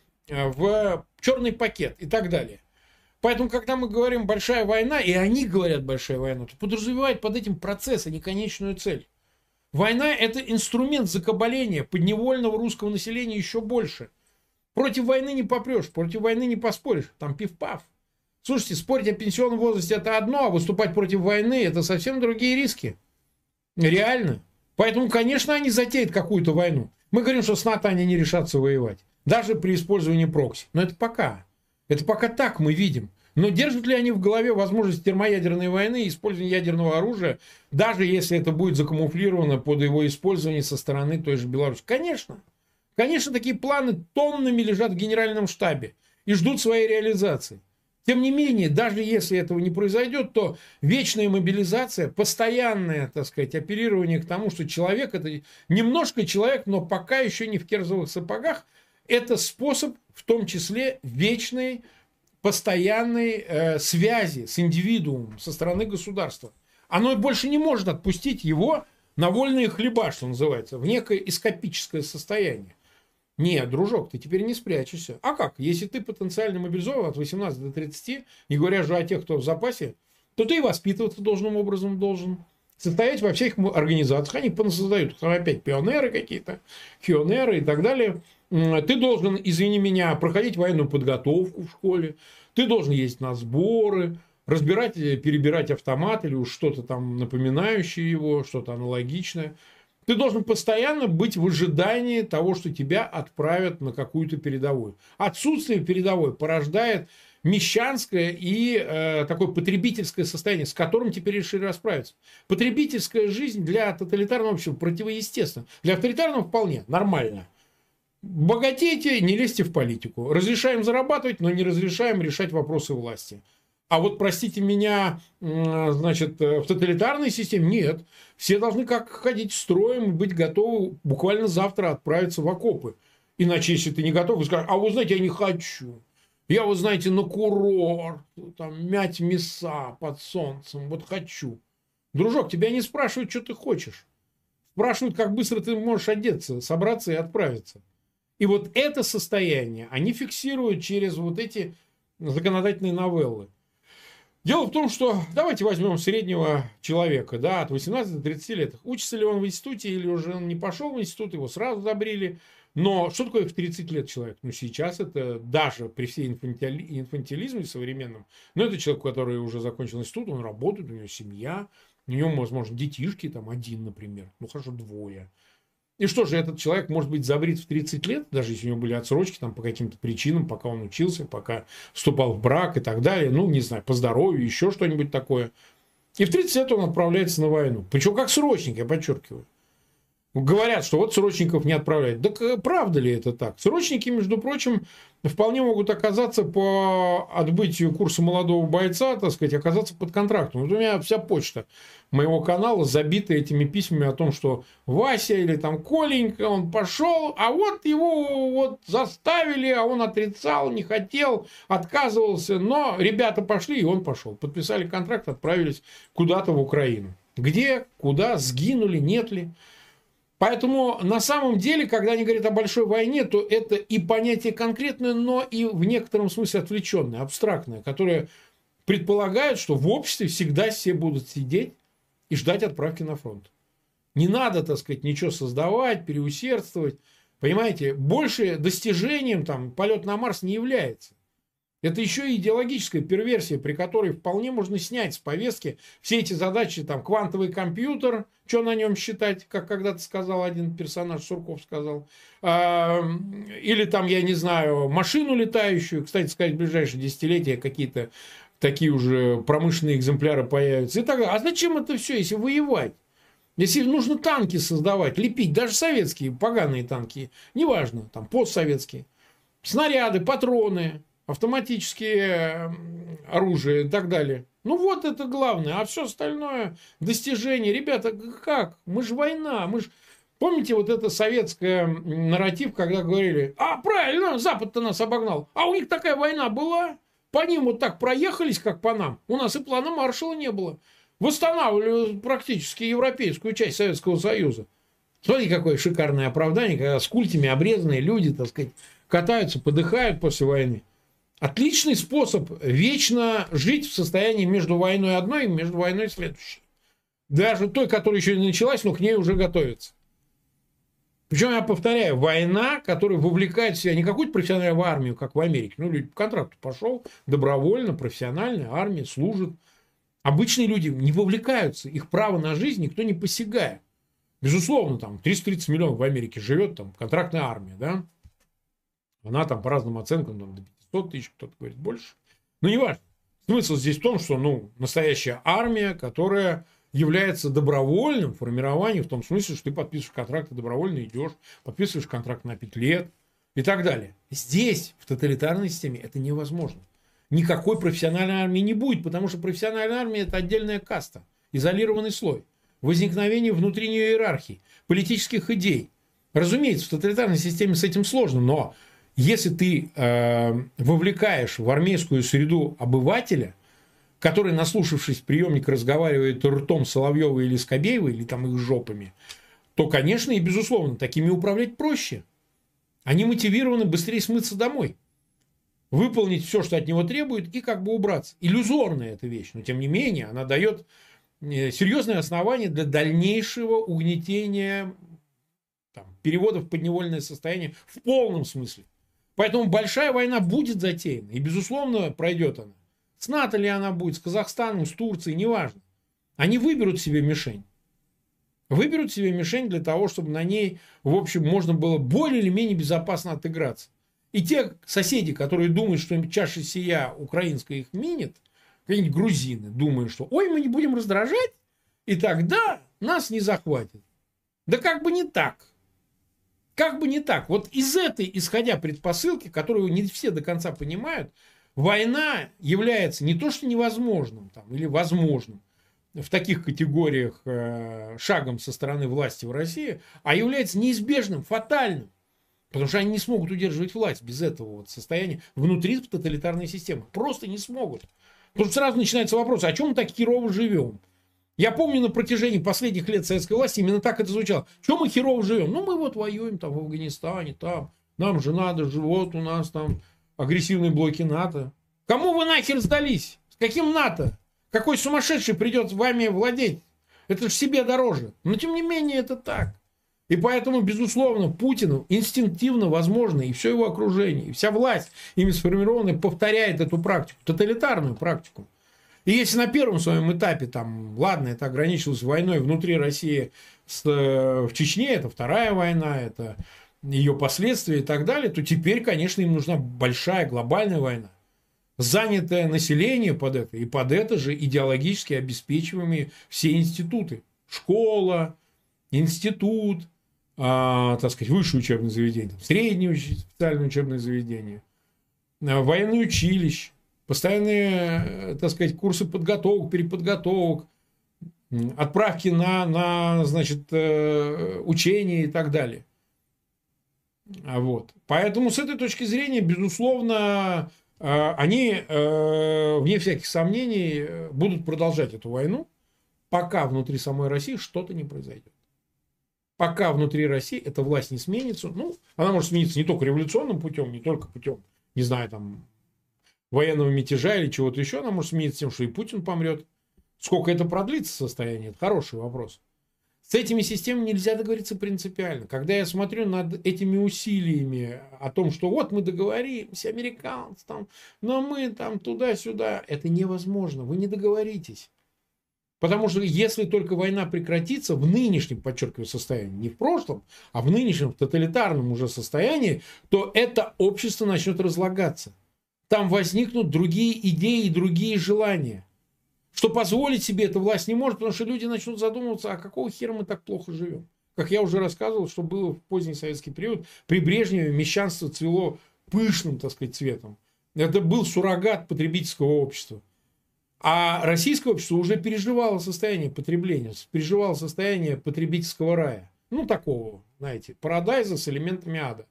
в черный пакет и так далее. Поэтому, когда мы говорим «большая война», и они говорят «большая война», то подразумевает под этим процесс, а не конечную цель. Война – это инструмент закабаления подневольного русского населения еще больше. Против войны не попрешь, против войны не поспоришь. Там пиф-паф. Слушайте, спорить о пенсионном возрасте – это одно, а выступать против войны – это совсем другие риски. Реально. Поэтому, конечно, они затеют какую-то войну. Мы говорим, что с НАТО они не решатся воевать. Даже при использовании прокси. Но это пока. Это пока так мы видим. Но держат ли они в голове возможность термоядерной войны и использования ядерного оружия, даже если это будет закамуфлировано под его использование со стороны той же Беларуси? Конечно. Конечно, такие планы тоннами лежат в генеральном штабе и ждут своей реализации. Тем не менее, даже если этого не произойдет, то вечная мобилизация, постоянное, так сказать, оперирование к тому, что человек – это немножко человек, но пока еще не в кирзовых сапогах, это способ, в том числе, вечной, постоянной э, связи с индивидуумом со стороны государства. Оно больше не может отпустить его на вольные хлеба, что называется, в некое эскапическое состояние. Нет, дружок, ты теперь не спрячешься. А как? Если ты потенциально мобилизован от восемнадцати до тридцати, не говоря же о тех, кто в запасе, то ты и воспитываться должным образом должен. Состоять во всех организациях. Они создают там опять пионеры какие-то, хионеры и так далее. Ты должен, извини меня, проходить военную подготовку в школе. Ты должен ездить на сборы, разбирать, перебирать автомат или уж что-то там напоминающее его, что-то аналогичное. Ты должен постоянно быть в ожидании того, что тебя отправят на какую-то передовую. Отсутствие передовой порождает мещанское и э, такое потребительское состояние, с которым теперь решили расправиться. Потребительская жизнь для тоталитарного общества противоестественна. Для авторитарного вполне нормально. Богатейте, не лезьте в политику. Разрешаем зарабатывать, но не разрешаем решать вопросы власти. А вот, простите меня, значит, в тоталитарной системе нет. Все должны как ходить строем и быть готовы буквально завтра отправиться в окопы. Иначе, если ты не готов, ты скажешь, а вы знаете, я не хочу. Я, вы знаете, на курорт, там, мять мяса под солнцем, вот хочу. Дружок, тебя не спрашивают, что ты хочешь. Спрашивают, как быстро ты можешь одеться, собраться и отправиться. И вот это состояние они фиксируют через вот эти законодательные новеллы. Дело в том, что давайте возьмем среднего человека, да, от восемнадцати до тридцати лет. Учится ли он в институте или уже он не пошел в институт, его сразу забрили. Но что такое в тридцать лет человек? Ну, сейчас это даже при всей инфантили... инфантилизме современном, но это человек, который уже закончил институт, он работает, у него семья, у него, возможно, детишки, там один, например, ну, хорошо, двое. И что же, этот человек может быть забрит в тридцать лет, даже если у него были отсрочки там, по каким-то причинам, пока он учился, пока вступал в брак и так далее, ну, не знаю, по здоровью, еще что-нибудь такое. И в тридцать лет он отправляется на войну. Причем как срочник, я подчеркиваю. Говорят, что вот срочников не отправляют. Так правда ли это так? Срочники, между прочим, вполне могут оказаться по отбытию курса молодого бойца, так сказать, оказаться под контрактом. Вот у меня вся почта моего канала забита этими письмами о том, что Вася или там Коленька, он пошел, а вот его вот заставили, а он отрицал, не хотел, отказывался. Но ребята пошли, и он пошел. Подписали контракт, отправились куда-то в Украину. Где, куда, сгинули, нет ли? Поэтому на самом деле, когда они говорят о большой войне, то это и понятие конкретное, но и в некотором смысле отвлеченное, абстрактное, которое предполагает, что в обществе всегда все будут сидеть и ждать отправки на фронт. Не надо, так сказать, ничего создавать, переусердствовать. Понимаете, больше достижением там, полет на Марс не является. Это еще и идеологическая перверсия, при которой вполне можно снять с повестки все эти задачи, там, квантовый компьютер, что на нем считать, как когда-то сказал один персонаж, Сурков сказал, а, или там, я не знаю, машину летающую, кстати сказать, в ближайшие десятилетия какие-то такие уже промышленные экземпляры появятся и так далее. А зачем это все, если воевать? Если нужно танки создавать, лепить, даже советские, поганые танки, неважно, там, постсоветские, снаряды, патроны, автоматические оружия и так далее. Ну вот это главное. А все остальное достижение. Ребята, как? Мы же война. Мы ж... Помните вот это советское нарратив, когда говорили, а правильно, Запад-то нас обогнал. А у них такая война была. По ним вот так проехались, как по нам. У нас и плана Маршалла не было. Восстанавливали практически европейскую часть Советского Союза. Смотрите, какое шикарное оправдание, когда с культями обрезанные люди, так сказать, катаются, подыхают после войны. Отличный способ вечно жить в состоянии между войной одной и между войной следующей. Даже той, которая еще не началась, но к ней уже готовится. Причем, я повторяю, война, которая вовлекает в себя не какую-то профессиональную армию, как в Америке. Ну, люди по контракту пошел, добровольно, профессиональная армия, служит. Обычные люди не вовлекаются, их право на жизнь никто не посягает. Безусловно, там триста тридцать миллионов в Америке живет, там контрактная армия, да. Она там по разным оценкам там, до пятисот тысяч, кто-то говорит больше. Но не важно. Смысл здесь в том, что ну, настоящая армия, которая является добровольным формированием, в том смысле, что ты подписываешь контракт, ты добровольно идешь, подписываешь контракт на пять лет и так далее. Здесь, в тоталитарной системе, это невозможно. Никакой профессиональной армии не будет, потому что профессиональная армия – это отдельная каста, изолированный слой, возникновение внутри нее иерархии, политических идей. Разумеется, в тоталитарной системе с этим сложно, но если ты э, вовлекаешь в армейскую среду обывателя, который, наслушавшись приемника, разговаривает ртом Соловьева или Скобеева, или там их жопами, то, конечно, и безусловно, такими управлять проще. Они мотивированы быстрее смыться домой, выполнить все, что от него требует, и как бы убраться. Иллюзорная эта вещь, но тем не менее она дает серьезное основание для дальнейшего угнетения, там, перевода в подневольное состояние в полном смысле. Поэтому большая война будет затеяна, и, безусловно, пройдет она. С НАТО ли она будет, с Казахстаном, с Турцией, неважно. Они выберут себе мишень. Выберут себе мишень для того, чтобы на ней, в общем, можно было более или менее безопасно отыграться. И те соседи, которые думают, что чаша сия украинская их минит, какие-нибудь грузины, думают, что ой, мы не будем раздражать, и тогда нас не захватят. Да как бы не так. Как бы не так. Вот из этой, исходя предпосылки, которую не все до конца понимают, война является не то, что невозможным там, или возможным в таких категориях э, шагом со стороны власти в России, а является неизбежным, фатальным. Потому что они не смогут удерживать власть без этого вот состояния внутри тоталитарной системы. Просто не смогут. Потому что сразу начинается вопрос, о чем мы так херово живем? Я помню на протяжении последних лет советской власти именно так это звучало. Чем мы херово живем? Ну, мы вот воюем там в Афганистане, там. Нам же надо, вот у нас там агрессивные блоки НАТО. Кому вы нахер сдались? С каким НАТО? Какой сумасшедший придет вами владеть? Это же себе дороже. Но тем не менее это так. И поэтому, безусловно, Путину инстинктивно возможно, и все его окружение, и вся власть, ими сформированная, повторяет эту практику, тоталитарную практику. И если на первом своем этапе, там, ладно, это ограничилось войной внутри России с, в Чечне, это вторая война, это ее последствия и так далее, то теперь, конечно, им нужна большая глобальная война. Занятое население под это, и под это же идеологически обеспечиваемые все институты. Школа, институт, а, так сказать, высшее учебное заведение, среднее специальное учебное заведение, военное училище, постоянные, так сказать, курсы подготовок, переподготовок, отправки на, на значит, учения и так далее. Вот. Поэтому с этой точки зрения, безусловно, они, вне всяких сомнений, будут продолжать эту войну, пока внутри самой России что-то не произойдет. Пока внутри России эта власть не сменится, ну, она может смениться не только революционным путем, не только путем, не знаю, там, военного мятежа или чего-то еще, она может смениться тем, что и Путин помрет. Сколько это продлится состояние, это хороший вопрос. С этими системами нельзя договориться принципиально. Когда я смотрю над этими усилиями о том, что вот мы договоримся, американцы там, но мы там туда-сюда, это невозможно, вы не договоритесь. Потому что если только война прекратится в нынешнем, подчеркиваю, состоянии, не в прошлом, а в нынешнем тоталитарном уже состоянии, то это общество начнет разлагаться. Там возникнут другие идеи и другие желания. Что позволить себе эта власть не может, потому что люди начнут задумываться, а какого хера мы так плохо живем. Как я уже рассказывал, что было в поздний советский период, при Брежневе мещанство цвело пышным, так сказать, цветом. Это был суррогат потребительского общества. А российское общество уже переживало состояние потребления, переживало состояние потребительского рая. Ну, такого, знаете, парадайза с элементами ада.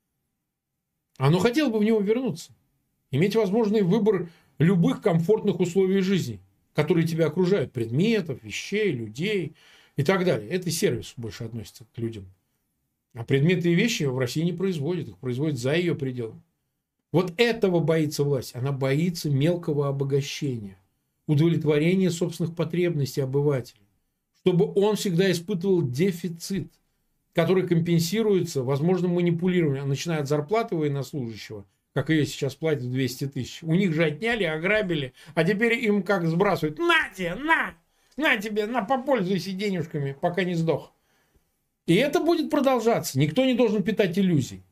Оно хотело бы в него вернуться. Иметь возможный выбор любых комфортных условий жизни, которые тебя окружают. Предметов, вещей, людей и так далее. Это сервис больше относится к людям. А предметы и вещи в России не производят. Их производят за ее пределами. Вот этого боится власть. Она боится мелкого обогащения. Удовлетворение собственных потребностей обывателя, чтобы он всегда испытывал дефицит, который компенсируется возможным манипулированием, начиная от зарплаты военнослужащего, как ее сейчас платят двести тысяч. У них же отняли, ограбили, а теперь им как сбрасывают. На тебе, на! На тебе, на, попользуйся денежками, пока не сдох. И это будет продолжаться. Никто не должен питать иллюзий.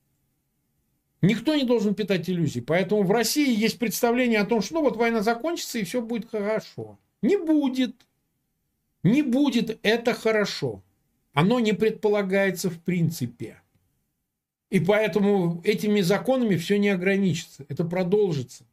Никто не должен питать иллюзий. Поэтому в России есть представление о том, что ну, вот война закончится и все будет хорошо. Не будет. Не будет это хорошо. Оно не предполагается в принципе. И поэтому этими законами все не ограничится. Это продолжится.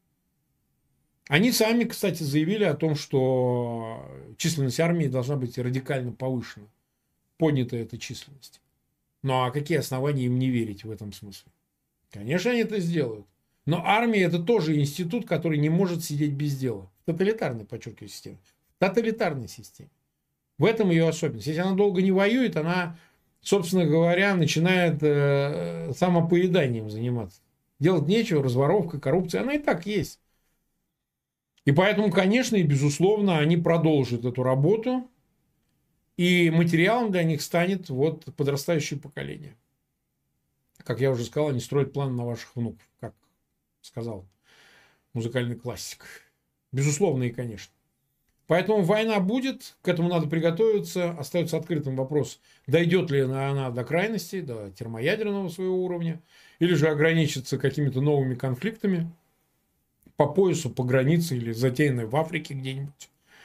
Они сами, кстати, заявили о том, что численность армии должна быть радикально повышена. Поднята эта численность. Ну а какие основания им не верить в этом смысле? Конечно, они это сделают. Но армия – это тоже институт, который не может сидеть без дела. В тоталитарной, подчеркиваю, системе. В тоталитарной системе. В этом ее особенность. Если она долго не воюет, она, собственно говоря, начинает э, самопоеданием заниматься. Делать нечего, разворовка, коррупция. Она и так есть. И поэтому, конечно, и безусловно, они продолжат эту работу. И материалом для них станет вот подрастающее поколение. Как я уже сказал, они строят план на ваших внуков, как сказал музыкальный классик. Безусловно и конечно. Поэтому война будет, к этому надо приготовиться. Остается открытым вопрос, дойдет ли она до крайности, до термоядерного своего уровня, или же ограничится какими-то новыми конфликтами по поясу, по границе или затеянной в Африке где-нибудь.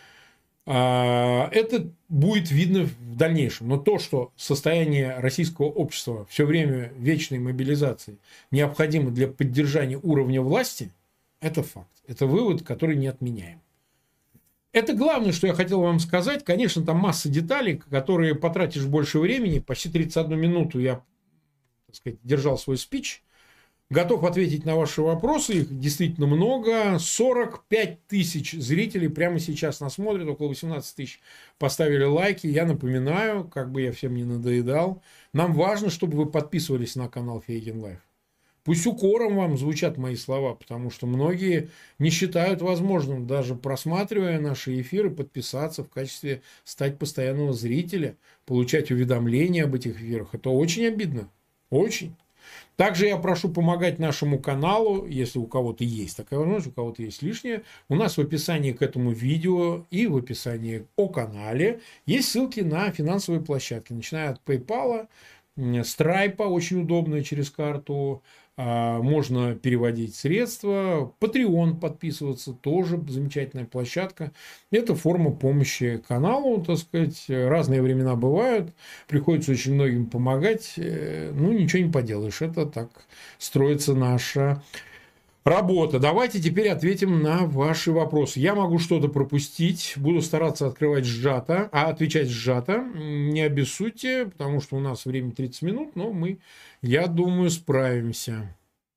Это будет видно в дальнейшем. Но то, что состояние российского общества все время вечной мобилизации необходимо для поддержания уровня власти, это факт. Это вывод, который не отменяем. Это главное, что я хотел вам сказать. Конечно, там масса деталей, которые потратишь больше времени. Почти тридцать одну минуту я, так сказать, держал свой спич. Готов ответить на ваши вопросы, их действительно много. сорок пять тысяч зрителей прямо сейчас нас смотрят, около восемнадцать тысяч поставили лайки. Я напоминаю, как бы я всем не надоедал, нам важно, чтобы вы подписывались на канал Фейгин Лайф. Пусть укором вам звучат мои слова, потому что многие не считают возможным, даже просматривая наши эфиры, подписаться в качестве, стать постоянного зрителя, получать уведомления об этих эфирах. Это очень обидно, очень. Также я прошу помогать нашему каналу, если у кого-то есть такая возможность, у кого-то есть лишнее. У нас в описании к этому видео и в описании о канале есть ссылки на финансовые площадки, начиная от PayPal, Stripe, очень удобная через карту, можно переводить средства, Patreon подписываться, тоже замечательная площадка. Это форма помощи каналу, так сказать. Разные времена бывают, приходится очень многим помогать. Ну, ничего не поделаешь, это так строится наша работа. Давайте теперь ответим на ваши вопросы. Я могу что-то пропустить, буду стараться открывать сжато, а отвечать сжато. Не обессудьте, потому что у нас время тридцать минут, но мы, я думаю, справимся.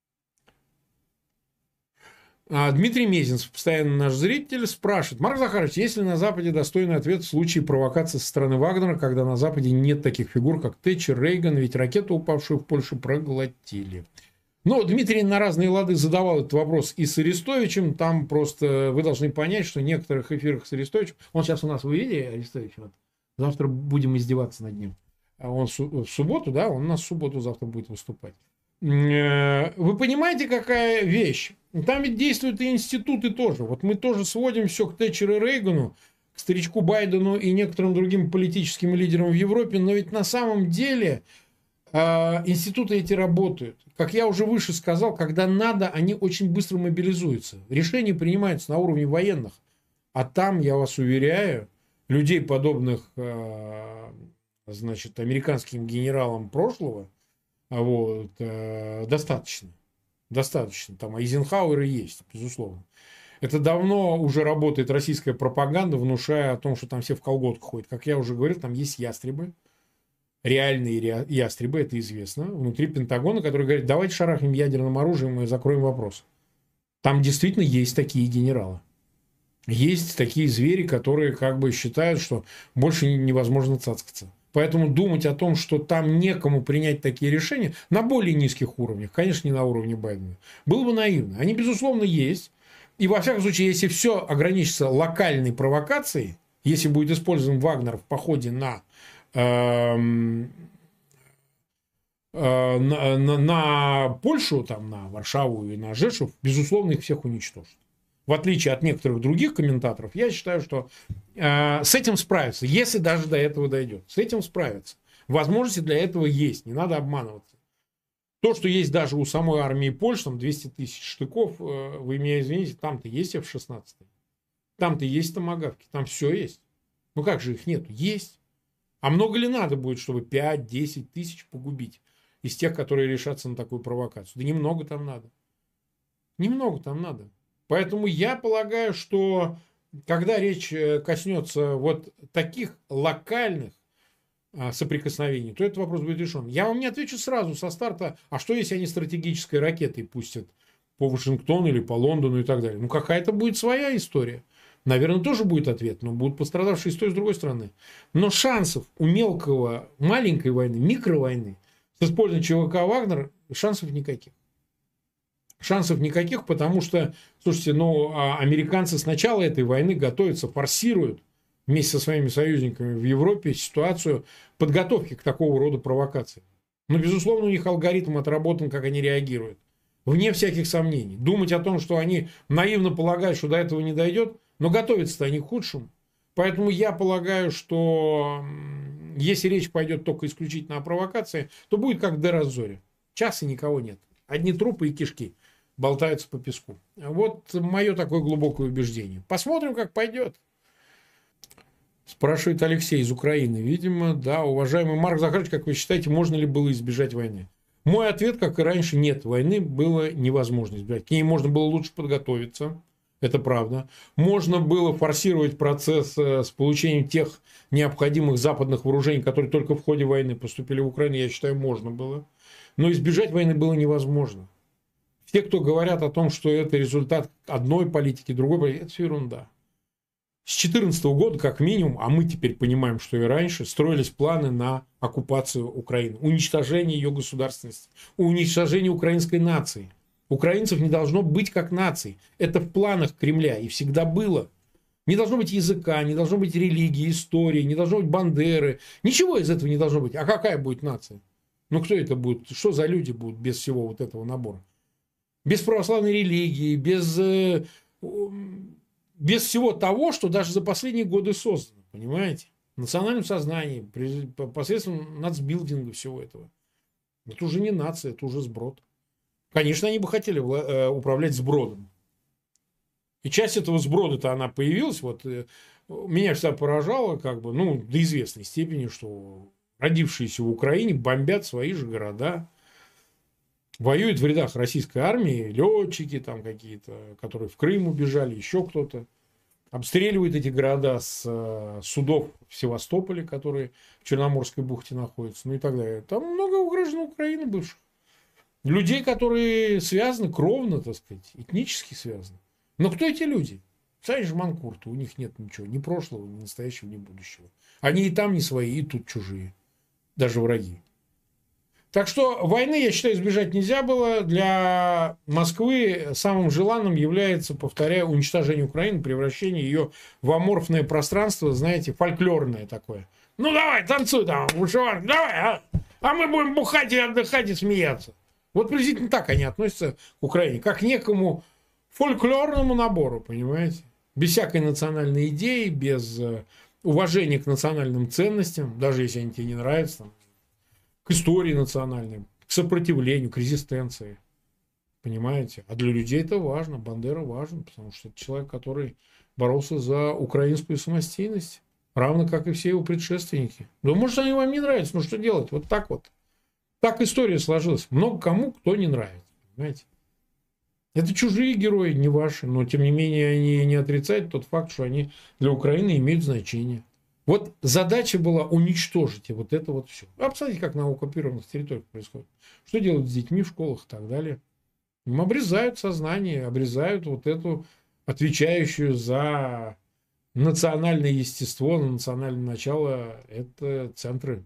Дмитрий Мезенцев, постоянно наш зритель, спрашивает: Марк Захарович, есть ли на Западе достойный ответ в случае провокации со стороны Вагнера, когда на Западе нет таких фигур, как Тэтчер, Рейган, ведь ракету, упавшую в Польшу, проглотили? Но Дмитрий на разные лады задавал этот вопрос и с Арестовичем. Там просто вы должны понять, что в некоторых эфирах с Арестовичем... Он сейчас у нас, вы видели, Арестович? Вот. Завтра будем издеваться над ним. Он в субботу, да? Он у нас в субботу завтра будет выступать. Вы понимаете, какая вещь? Там ведь действуют и институты тоже. Вот мы тоже сводим все к Тэтчеру и Рейгану, к старичку Байдену и некоторым другим политическим лидерам в Европе. Но ведь на самом деле... институты эти работают. Как я уже выше сказал, когда надо, они очень быстро мобилизуются. Решения принимаются на уровне военных. А там, я вас уверяю, людей, подобных значит, американским генералам прошлого, вот, достаточно. Достаточно. Там Эйзенхауэр и есть, безусловно. Это давно уже работает российская пропаганда, внушая о том, что там все в колготках ходят. Как я уже говорил, там есть ястребы. Реальные ястребы, это известно, внутри Пентагона, которые говорят: давайте шарахнем ядерным оружием и закроем вопрос. Там действительно есть такие генералы. Есть такие звери, которые как бы считают, что больше невозможно цацкаться. Поэтому думать о том, что там некому принять такие решения на более низких уровнях, конечно, не на уровне Байдена, было бы наивно. Они, безусловно, есть. И, во всяком случае, если все ограничится локальной провокацией, если будет использован Вагнер в походе на На, на, на Польшу, там, на Варшаву и на Жешув, безусловно, их всех уничтожат. В отличие от некоторых других комментаторов, я считаю, что э, с этим справятся, если даже до этого дойдет. С этим справятся. Возможности для этого есть, не надо обманываться. То, что есть даже у самой армии Польши, там двести тысяч штыков, э, вы меня извините, там-то есть эф шестнадцать. Там-то есть томагавки, там все есть. Ну как же их нету? Есть. А много ли надо будет, чтобы пять-десять тысяч погубить из тех, которые решатся на такую провокацию? Да немного там надо. Немного там надо. Поэтому я полагаю, что когда речь коснется вот таких локальных соприкосновений, то этот вопрос будет решен. Я вам не отвечу сразу со старта, а что если они стратегической ракетой пустят по Вашингтону или по Лондону и так далее. Ну какая-то будет своя история. Наверное, тоже будет ответ, но будут пострадавшие с той и с другой стороны. Но шансов у мелкого, маленькой войны, микровойны с использованием ЧВК Вагнер шансов никаких. Шансов никаких, потому что, слушайте, ну, американцы с начала этой войны готовятся, форсируют вместе со своими союзниками в Европе ситуацию подготовки к такого рода провокации. Но, безусловно, у них алгоритм отработан, как они реагируют. Вне всяких сомнений. Думать о том, что они наивно полагают, что до этого не дойдет, но готовятся-то они к худшему. Поэтому я полагаю, что если речь пойдет только исключительно о провокации, то будет как в Дер-эз-Зоре. Часа никого нет. Одни трупы и кишки болтаются по песку. Вот мое такое глубокое убеждение. Посмотрим, как пойдет. Спрашивает Алексей из Украины. Видимо, да, уважаемый Марк Захарович, как вы считаете, можно ли было избежать войны? Мой ответ, как и раньше, нет. Войны было невозможно избежать. К ней можно было лучше подготовиться. Это правда. Можно было форсировать процесс с получением тех необходимых западных вооружений, которые только в ходе войны поступили в Украину. Я считаю, можно было. Но избежать войны было невозможно. Те, кто говорят о том, что это результат одной политики, другой политики, это все ерунда. С две тысячи четырнадцатого года, как минимум, а мы теперь понимаем, что и раньше, строились планы на оккупацию Украины, уничтожение ее государственности, уничтожение украинской нации. Украинцев не должно быть как нации. Это в планах Кремля и всегда было. Не должно быть языка, не должно быть религии, истории, не должно быть Бандеры. Ничего из этого не должно быть. А какая будет нация? Ну, кто это будет? Что за люди будут без всего вот этого набора? Без православной религии, без, э, без всего того, что даже за последние годы создано. Понимаете? В национальном сознании, посредством нацбилдинга всего этого. Это уже не нация, это уже сброд. Конечно, они бы хотели управлять сбродом. И часть этого сброда-то она появилась. Вот меня всегда поражало, как бы, ну, до известной степени, что родившиеся в Украине бомбят свои же города. Воюют в рядах российской армии летчики там какие-то, которые в Крым убежали, еще кто-то. Обстреливают эти города с судов в Севастополе, которые в Черноморской бухте находятся, ну и так далее. Там много граждан Украины бывших. Людей, которые связаны кровно, так сказать, этнически связаны. Но кто эти люди? Сами же манкурты, у них нет ничего, ни прошлого, ни настоящего, ни будущего. Они и там не свои, и тут чужие. Даже враги. Так что войны, я считаю, избежать нельзя было. Для Москвы самым желанным является, повторяю, уничтожение Украины, превращение ее в аморфное пространство, знаете, фольклорное такое. Ну давай, танцуй там, вышиванка, давай, а? А мы будем бухать и отдыхать и смеяться. Вот приблизительно так они относятся к Украине, как к некому фольклорному набору, понимаете? Без всякой национальной идеи, без уважения к национальным ценностям, даже если они тебе не нравятся, там, к истории национальной, к сопротивлению, к резистенции. Понимаете? А для людей это важно. Бандера важен, потому что это человек, который боролся за украинскую самостоятельность, равно как и все его предшественники. Да, может, они вам не нравятся, но что делать? Вот так вот. Так история сложилась. Много кому кто не нравится. Понимаете? Это чужие герои, не ваши. Но, тем не менее, они не отрицают тот факт, что они для Украины имеют значение. Вот задача была уничтожить вот это вот все. А посмотрите, как на оккупированных территориях происходит. Что делают с детьми в школах и так далее. Им обрезают сознание, обрезают вот эту отвечающую за национальное естество, национальное начало. Это центры,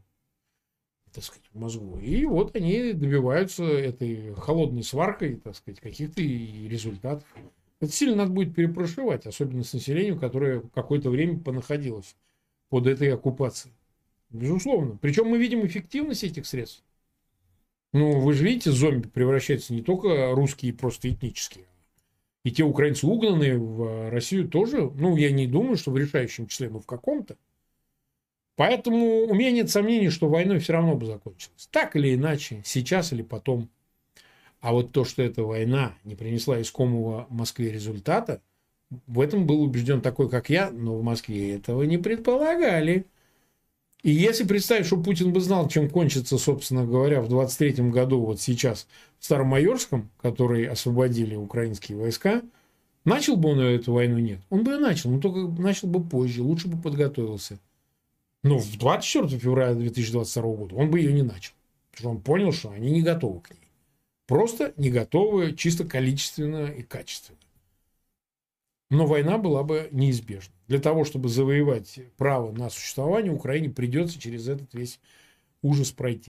так сказать, в мозгу. И вот они добиваются этой холодной сваркой, так сказать, каких-то результатов. Это сильно надо будет перепрошивать, особенно с населением, которое какое-то время понаходилось под этой оккупацией. Безусловно. Причем мы видим эффективность этих средств. Ну, вы же видите, зомби превращаются не только русские, просто этнические. И те украинцы, угнанные в Россию, тоже, ну, я не думаю, что в решающем числе, но в каком-то. Поэтому у меня нет сомнений, что войной все равно бы закончилась. Так или иначе, сейчас или потом. А вот то, что эта война не принесла искомого Москве результата, в этом был убежден такой, как я, но в Москве этого не предполагали. И если представить, что Путин бы знал, чем кончится, собственно говоря, в двадцать третьем году, вот сейчас, в Старомайорском, который освободили украинские войска, начал бы он эту войну? Нет. Он бы и начал, но только начал бы позже, лучше бы подготовился. Но в двадцать четвёртого февраля две тысячи двадцать второго года он бы ее не начал. Потому что он понял, что они не готовы к ней. Просто не готовы чисто количественно и качественно. Но война была бы неизбежна. Для того, чтобы завоевать право на существование, Украине придется через этот весь ужас пройти.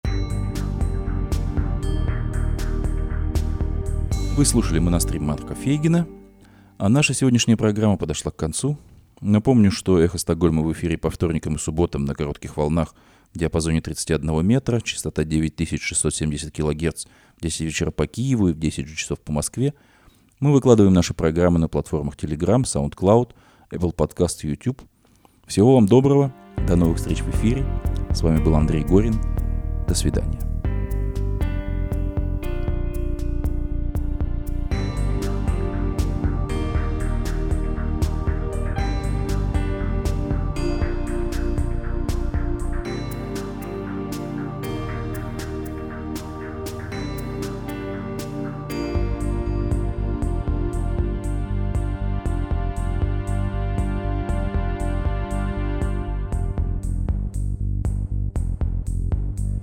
Вы слушали монастрим Марка Фейгина, а наша сегодняшняя программа подошла к концу. Напомню, что «Эхо Стокгольма» в эфире по вторникам и субботам на коротких волнах в диапазоне тридцать один метра, частота девять тысяч шестьсот семьдесят килогерц в десять вечера по Киеву и в десять часов по Москве. Мы выкладываем наши программы на платформах Telegram, SoundCloud, Apple Podcast и YouTube. Всего вам доброго, до новых встреч в эфире. С вами был Андрей Горин. До свидания.